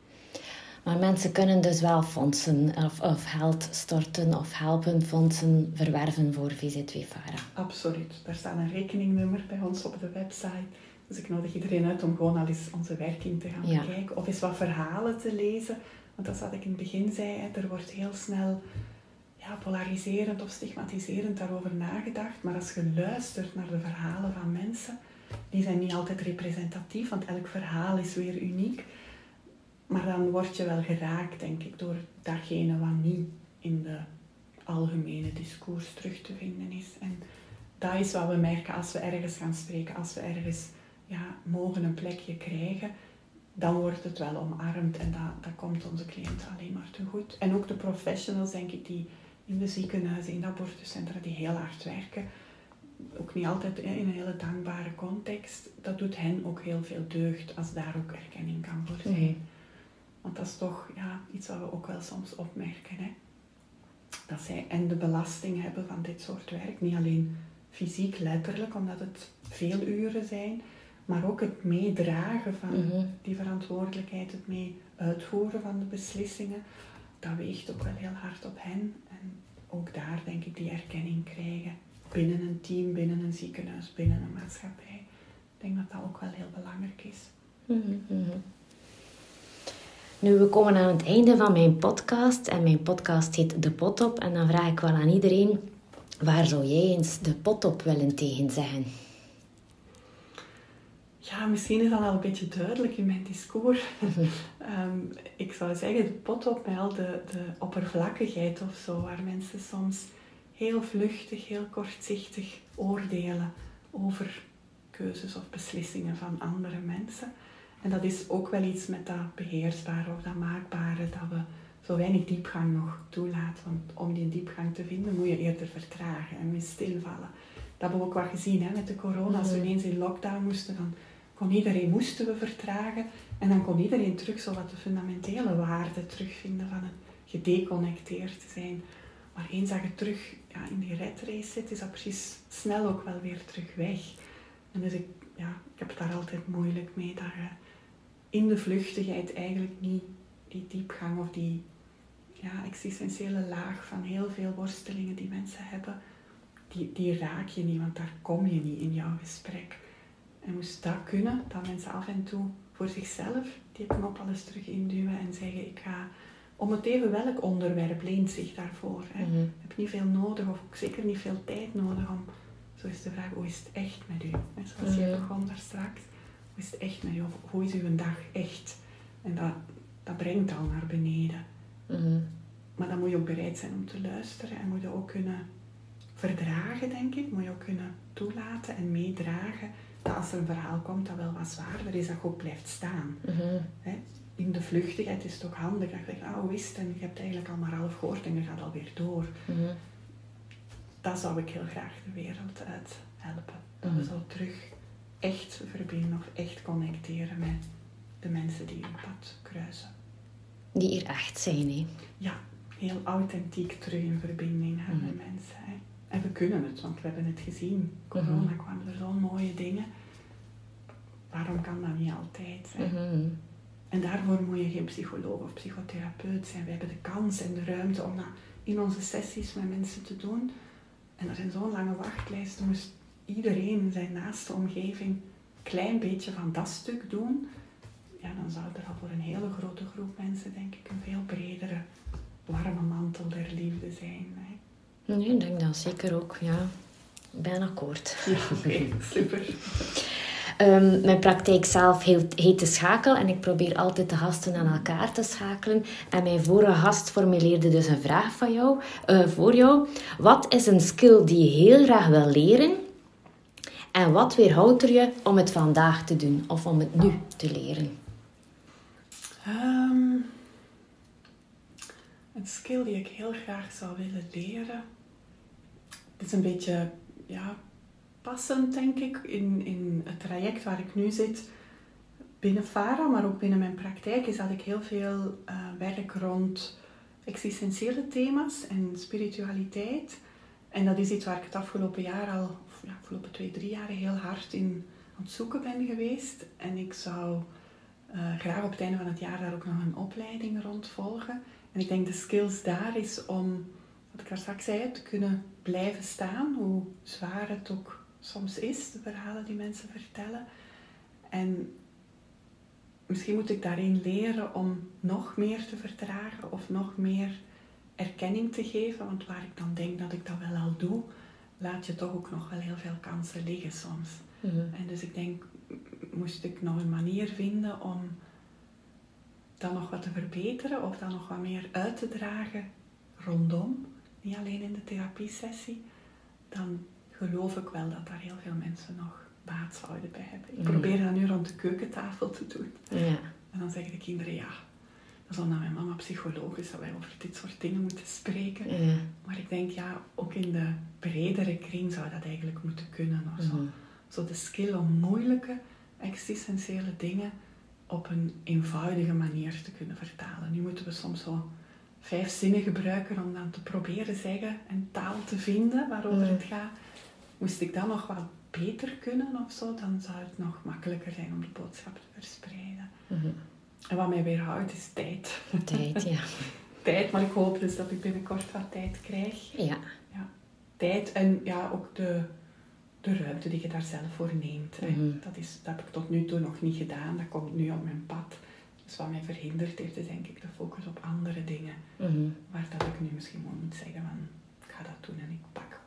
Maar mensen kunnen dus wel fondsen of, of geld storten of helpen fondsen verwerven voor V Z W Fara. Absoluut. Daar staat een rekeningnummer bij ons op de website. Dus ik nodig iedereen uit om gewoon al eens onze werking te gaan ja. bekijken. Of eens wat verhalen te lezen. Want dat is wat ik in het begin zei. Hè. Er wordt heel snel ja, polariserend of stigmatiserend daarover nagedacht. Maar als je luistert naar de verhalen van mensen, die zijn niet altijd representatief. Want elk verhaal is weer uniek. Maar dan word je wel geraakt, denk ik, door datgene wat niet in de algemene discours terug te vinden is. En dat is wat we merken als we ergens gaan spreken, als we ergens ja, mogen een plekje krijgen, dan wordt het wel omarmd en dat, dat komt onze cliënt alleen maar te goed. En ook de professionals, denk ik, die in de ziekenhuizen, in de abortuscentra, die heel hard werken, ook niet altijd in een hele dankbare context, dat doet hen ook heel veel deugd als daar ook erkenning kan voor zijn. Mm-hmm. Want dat is toch ja, iets wat we ook wel soms opmerken. Hè? Dat zij en de belasting hebben van dit soort werk. Niet alleen fysiek, letterlijk, omdat het veel uren zijn. Maar ook het meedragen van mm-hmm. die verantwoordelijkheid. Het mee uitvoeren van de beslissingen. Dat weegt ook wel heel hard op hen. En ook daar denk ik die erkenning krijgen. Binnen een team, binnen een ziekenhuis, binnen een maatschappij. Ik denk dat dat ook wel heel belangrijk is. Mm-hmm. Nu, we komen aan het einde van mijn podcast. En mijn podcast heet De Pot Op. En dan vraag ik wel aan iedereen Waar zou jij eens de pot op willen tegen zeggen? Ja, misschien is dat al een beetje duidelijk in mijn discours. Mm-hmm. um, ik zou zeggen, de pot op met al de, de oppervlakkigheid of zo, waar mensen soms heel vluchtig, heel kortzichtig oordelen over keuzes of beslissingen van andere mensen. En dat is ook wel iets met dat beheersbare of dat maakbare, dat we zo weinig diepgang nog toelaten. Want om die diepgang te vinden moet je eerder vertragen en moet stilvallen. Dat hebben we ook wat gezien hè, met de corona. Als we ineens in lockdown moesten, dan kon iedereen moesten we vertragen. En dan kon iedereen terug zo wat de fundamentele waarden terugvinden van het gedeconnecteerd te zijn. Maar eens dat je terug ja, in die red race zit, is dat precies snel ook wel weer terug weg. En dus ik, ja, ik heb het daar altijd moeilijk mee, dat je in de vluchtigheid eigenlijk niet die diepgang of die ja, existentiële laag van heel veel worstelingen die mensen hebben, die, die raak je niet, want daar kom je niet in jouw gesprek. En moest dat kunnen, dat mensen af en toe voor zichzelf die knop alles terug induwen en zeggen, ik ga, om het even welk onderwerp leent zich daarvoor. Hè. Mm-hmm. Je hebt niet veel nodig, of ook zeker niet veel tijd nodig om, zo is de vraag, hoe is het echt met u? En zoals mm-hmm. je begon daar straks, hoe is het echt met u? Of hoe is uw dag echt? En dat, dat brengt al naar beneden. Mm-hmm. Maar dan moet je ook bereid zijn om te luisteren en moet je ook kunnen verdragen, denk ik. Moet je ook kunnen toelaten en meedragen dat als er een verhaal komt dat wel wat zwaarder is, dat je ook blijft staan. Mm-hmm. He? In de vluchtigheid is het ook handig dat je zegt, ah, hoe is het? En je hebt eigenlijk al maar half gehoord en je gaat alweer door. Mm-hmm. Dat zou ik heel graag de wereld uit helpen. Dat mm-hmm. we zo terug echt verbinden of echt connecteren met de mensen die hun pad kruisen. Die hier echt zijn, hè? Ja, heel authentiek terug in verbinding gaan mm-hmm. met mensen. Hè. En we kunnen het, want we hebben het gezien. Corona mm-hmm. kwamen er zo'n mooie dingen. Waarom kan dat niet altijd zijn? Mm-hmm. En daarvoor moet je geen psycholoog of psychotherapeut zijn. We hebben de kans en de ruimte om dat in onze sessies met mensen te doen. En er zijn zo'n lange wachtlijsten. Moest iedereen in zijn naaste omgeving een klein beetje van dat stuk doen, ja, dan zou er al voor een hele grote groep mensen, denk ik, een veel bredere, warme mantel der liefde zijn. Hè. Nee, ik denk dat zeker ook, ja. Ik ben akkoord. Ja, oké, okay, super. Um, mijn praktijk zelf heet de Schakel en ik probeer altijd de gasten aan elkaar te schakelen. En mijn vorige gast formuleerde dus een vraag van jou, uh, voor jou. Wat is een skill die je heel graag wil leren? En wat weerhoudt er je om het vandaag te doen of om het nu te leren? Um, een skill die ik heel graag zou willen leren. Het is een beetje ja, passend, denk ik, in, in het traject waar ik nu zit. Binnen Fara, maar ook binnen mijn praktijk, is dat ik heel veel uh, werk rond existentiële thema's en spiritualiteit. En dat is iets waar ik het afgelopen jaar al, of ja, afgelopen twee, drie jaar heel hard in aan het zoeken ben geweest. En ik zou uh, graag op het einde van het jaar daar ook nog een opleiding rond volgen. En ik denk de skills daar is om, wat ik daar straks zei, te kunnen blijven staan, hoe zwaar het ook soms is, de verhalen die mensen vertellen. En misschien moet ik daarin leren om nog meer te vertragen of nog meer erkenning te geven, want waar ik dan denk dat ik dat wel al doe, laat je toch ook nog wel heel veel kansen liggen soms. Mm-hmm. En dus ik denk, moest ik nog een manier vinden om dat nog wat te verbeteren of dat nog wat meer uit te dragen rondom, niet alleen in de therapiesessie, dan geloof ik wel dat daar heel veel mensen nog baat zouden bij hebben. Ik mm-hmm. probeer dat nu rond de keukentafel te doen. Ja. En dan zeggen de kinderen, ja, dat is omdat mijn mama psycholoog is, dat wij over dit soort dingen moeten spreken. Ja. Maar ik denk, ja, ook in de bredere kring zou dat eigenlijk moeten kunnen. Of zo. Mm-hmm. Zo de skill om moeilijke, existentiële dingen op een eenvoudige manier te kunnen vertalen. Nu moeten we soms zo vijf zinnen gebruiken om dan te proberen zeggen en taal te vinden waarover mm-hmm. het gaat. Moest ik dat nog wat beter kunnen of zo, dan zou het nog makkelijker zijn om de boodschap te verspreiden. Mm-hmm. En wat mij weerhoudt is tijd. Tijd, ja. Tijd, maar ik hoop dus dat ik binnenkort wat tijd krijg. Ja. ja. Tijd en ja, ook de, de ruimte die je daar zelf voor neemt. Mm-hmm. Dat, is, dat heb ik tot nu toe nog niet gedaan. Dat komt nu op mijn pad. Dus wat mij verhinderd heeft, is denk ik de focus op andere dingen. Mm-hmm. Waar dat ik nu misschien wel moet zeggen van, ik ga dat doen en ik pak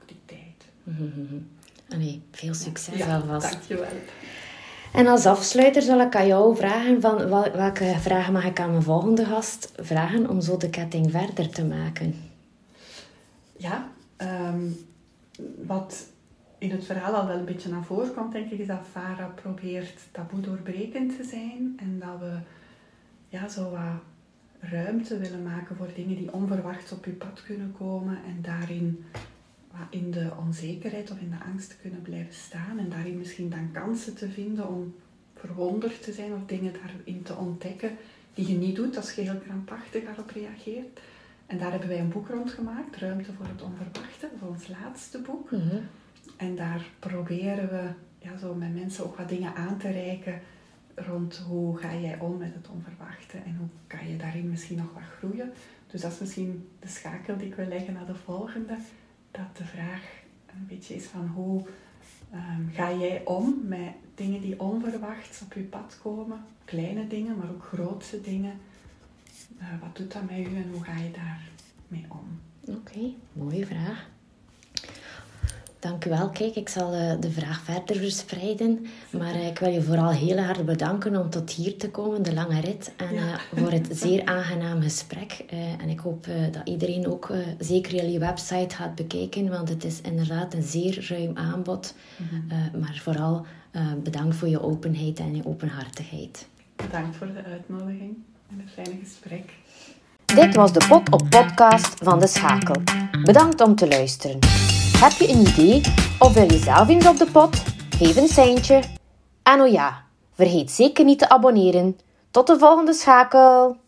die tijd. Mm-hmm. Allee, veel succes ja, alvast. Dankjewel. En als afsluiter zal ik aan jou vragen, van welke vragen mag ik aan mijn volgende gast vragen om zo de ketting verder te maken? Ja, um, wat in het verhaal al wel een beetje naar voren komt, denk ik, is dat Farah probeert taboe doorbrekend te zijn en dat we ja, zo wat ruimte willen maken voor dingen die onverwachts op je pad kunnen komen en daarin wat in de onzekerheid of in de angst te kunnen blijven staan en daarin misschien dan kansen te vinden om verwonderd te zijn of dingen daarin te ontdekken die je niet doet als je heel krampachtig daarop reageert. En daar hebben wij een boek rond gemaakt, Ruimte voor het Onverwachte, voor ons laatste boek. Mm-hmm. En daar proberen we ja, zo met mensen ook wat dingen aan te reiken rond hoe ga jij om met het onverwachte en hoe kan je daarin misschien nog wat groeien. Dus dat is misschien de schakel die ik wil leggen naar de volgende. Dat de vraag een beetje is van hoe um, ga jij om met dingen die onverwachts op je pad komen. Kleine dingen, maar ook grootse dingen. Uh, wat doet dat met u en hoe ga je daarmee om? Oké, okay, mooie vraag. Dank u wel. Kijk, ik zal uh, de vraag verder verspreiden. Maar uh, ik wil je vooral heel hard bedanken om tot hier te komen, de lange rit. En ja. uh, voor het zeer aangenaam gesprek. Uh, en ik hoop uh, dat iedereen ook uh, zeker jullie website gaat bekijken. Want het is inderdaad een zeer ruim aanbod. Mm-hmm. Uh, maar vooral uh, bedankt voor je openheid en je openhartigheid. Bedankt voor de uitnodiging en het fijne gesprek. Dit was de Pot op podcast van De Schakel. Bedankt om te luisteren. Heb je een idee of wil je zelf eens op de pot? Geef een seintje. En oh ja, vergeet zeker niet te abonneren. Tot de volgende schakel!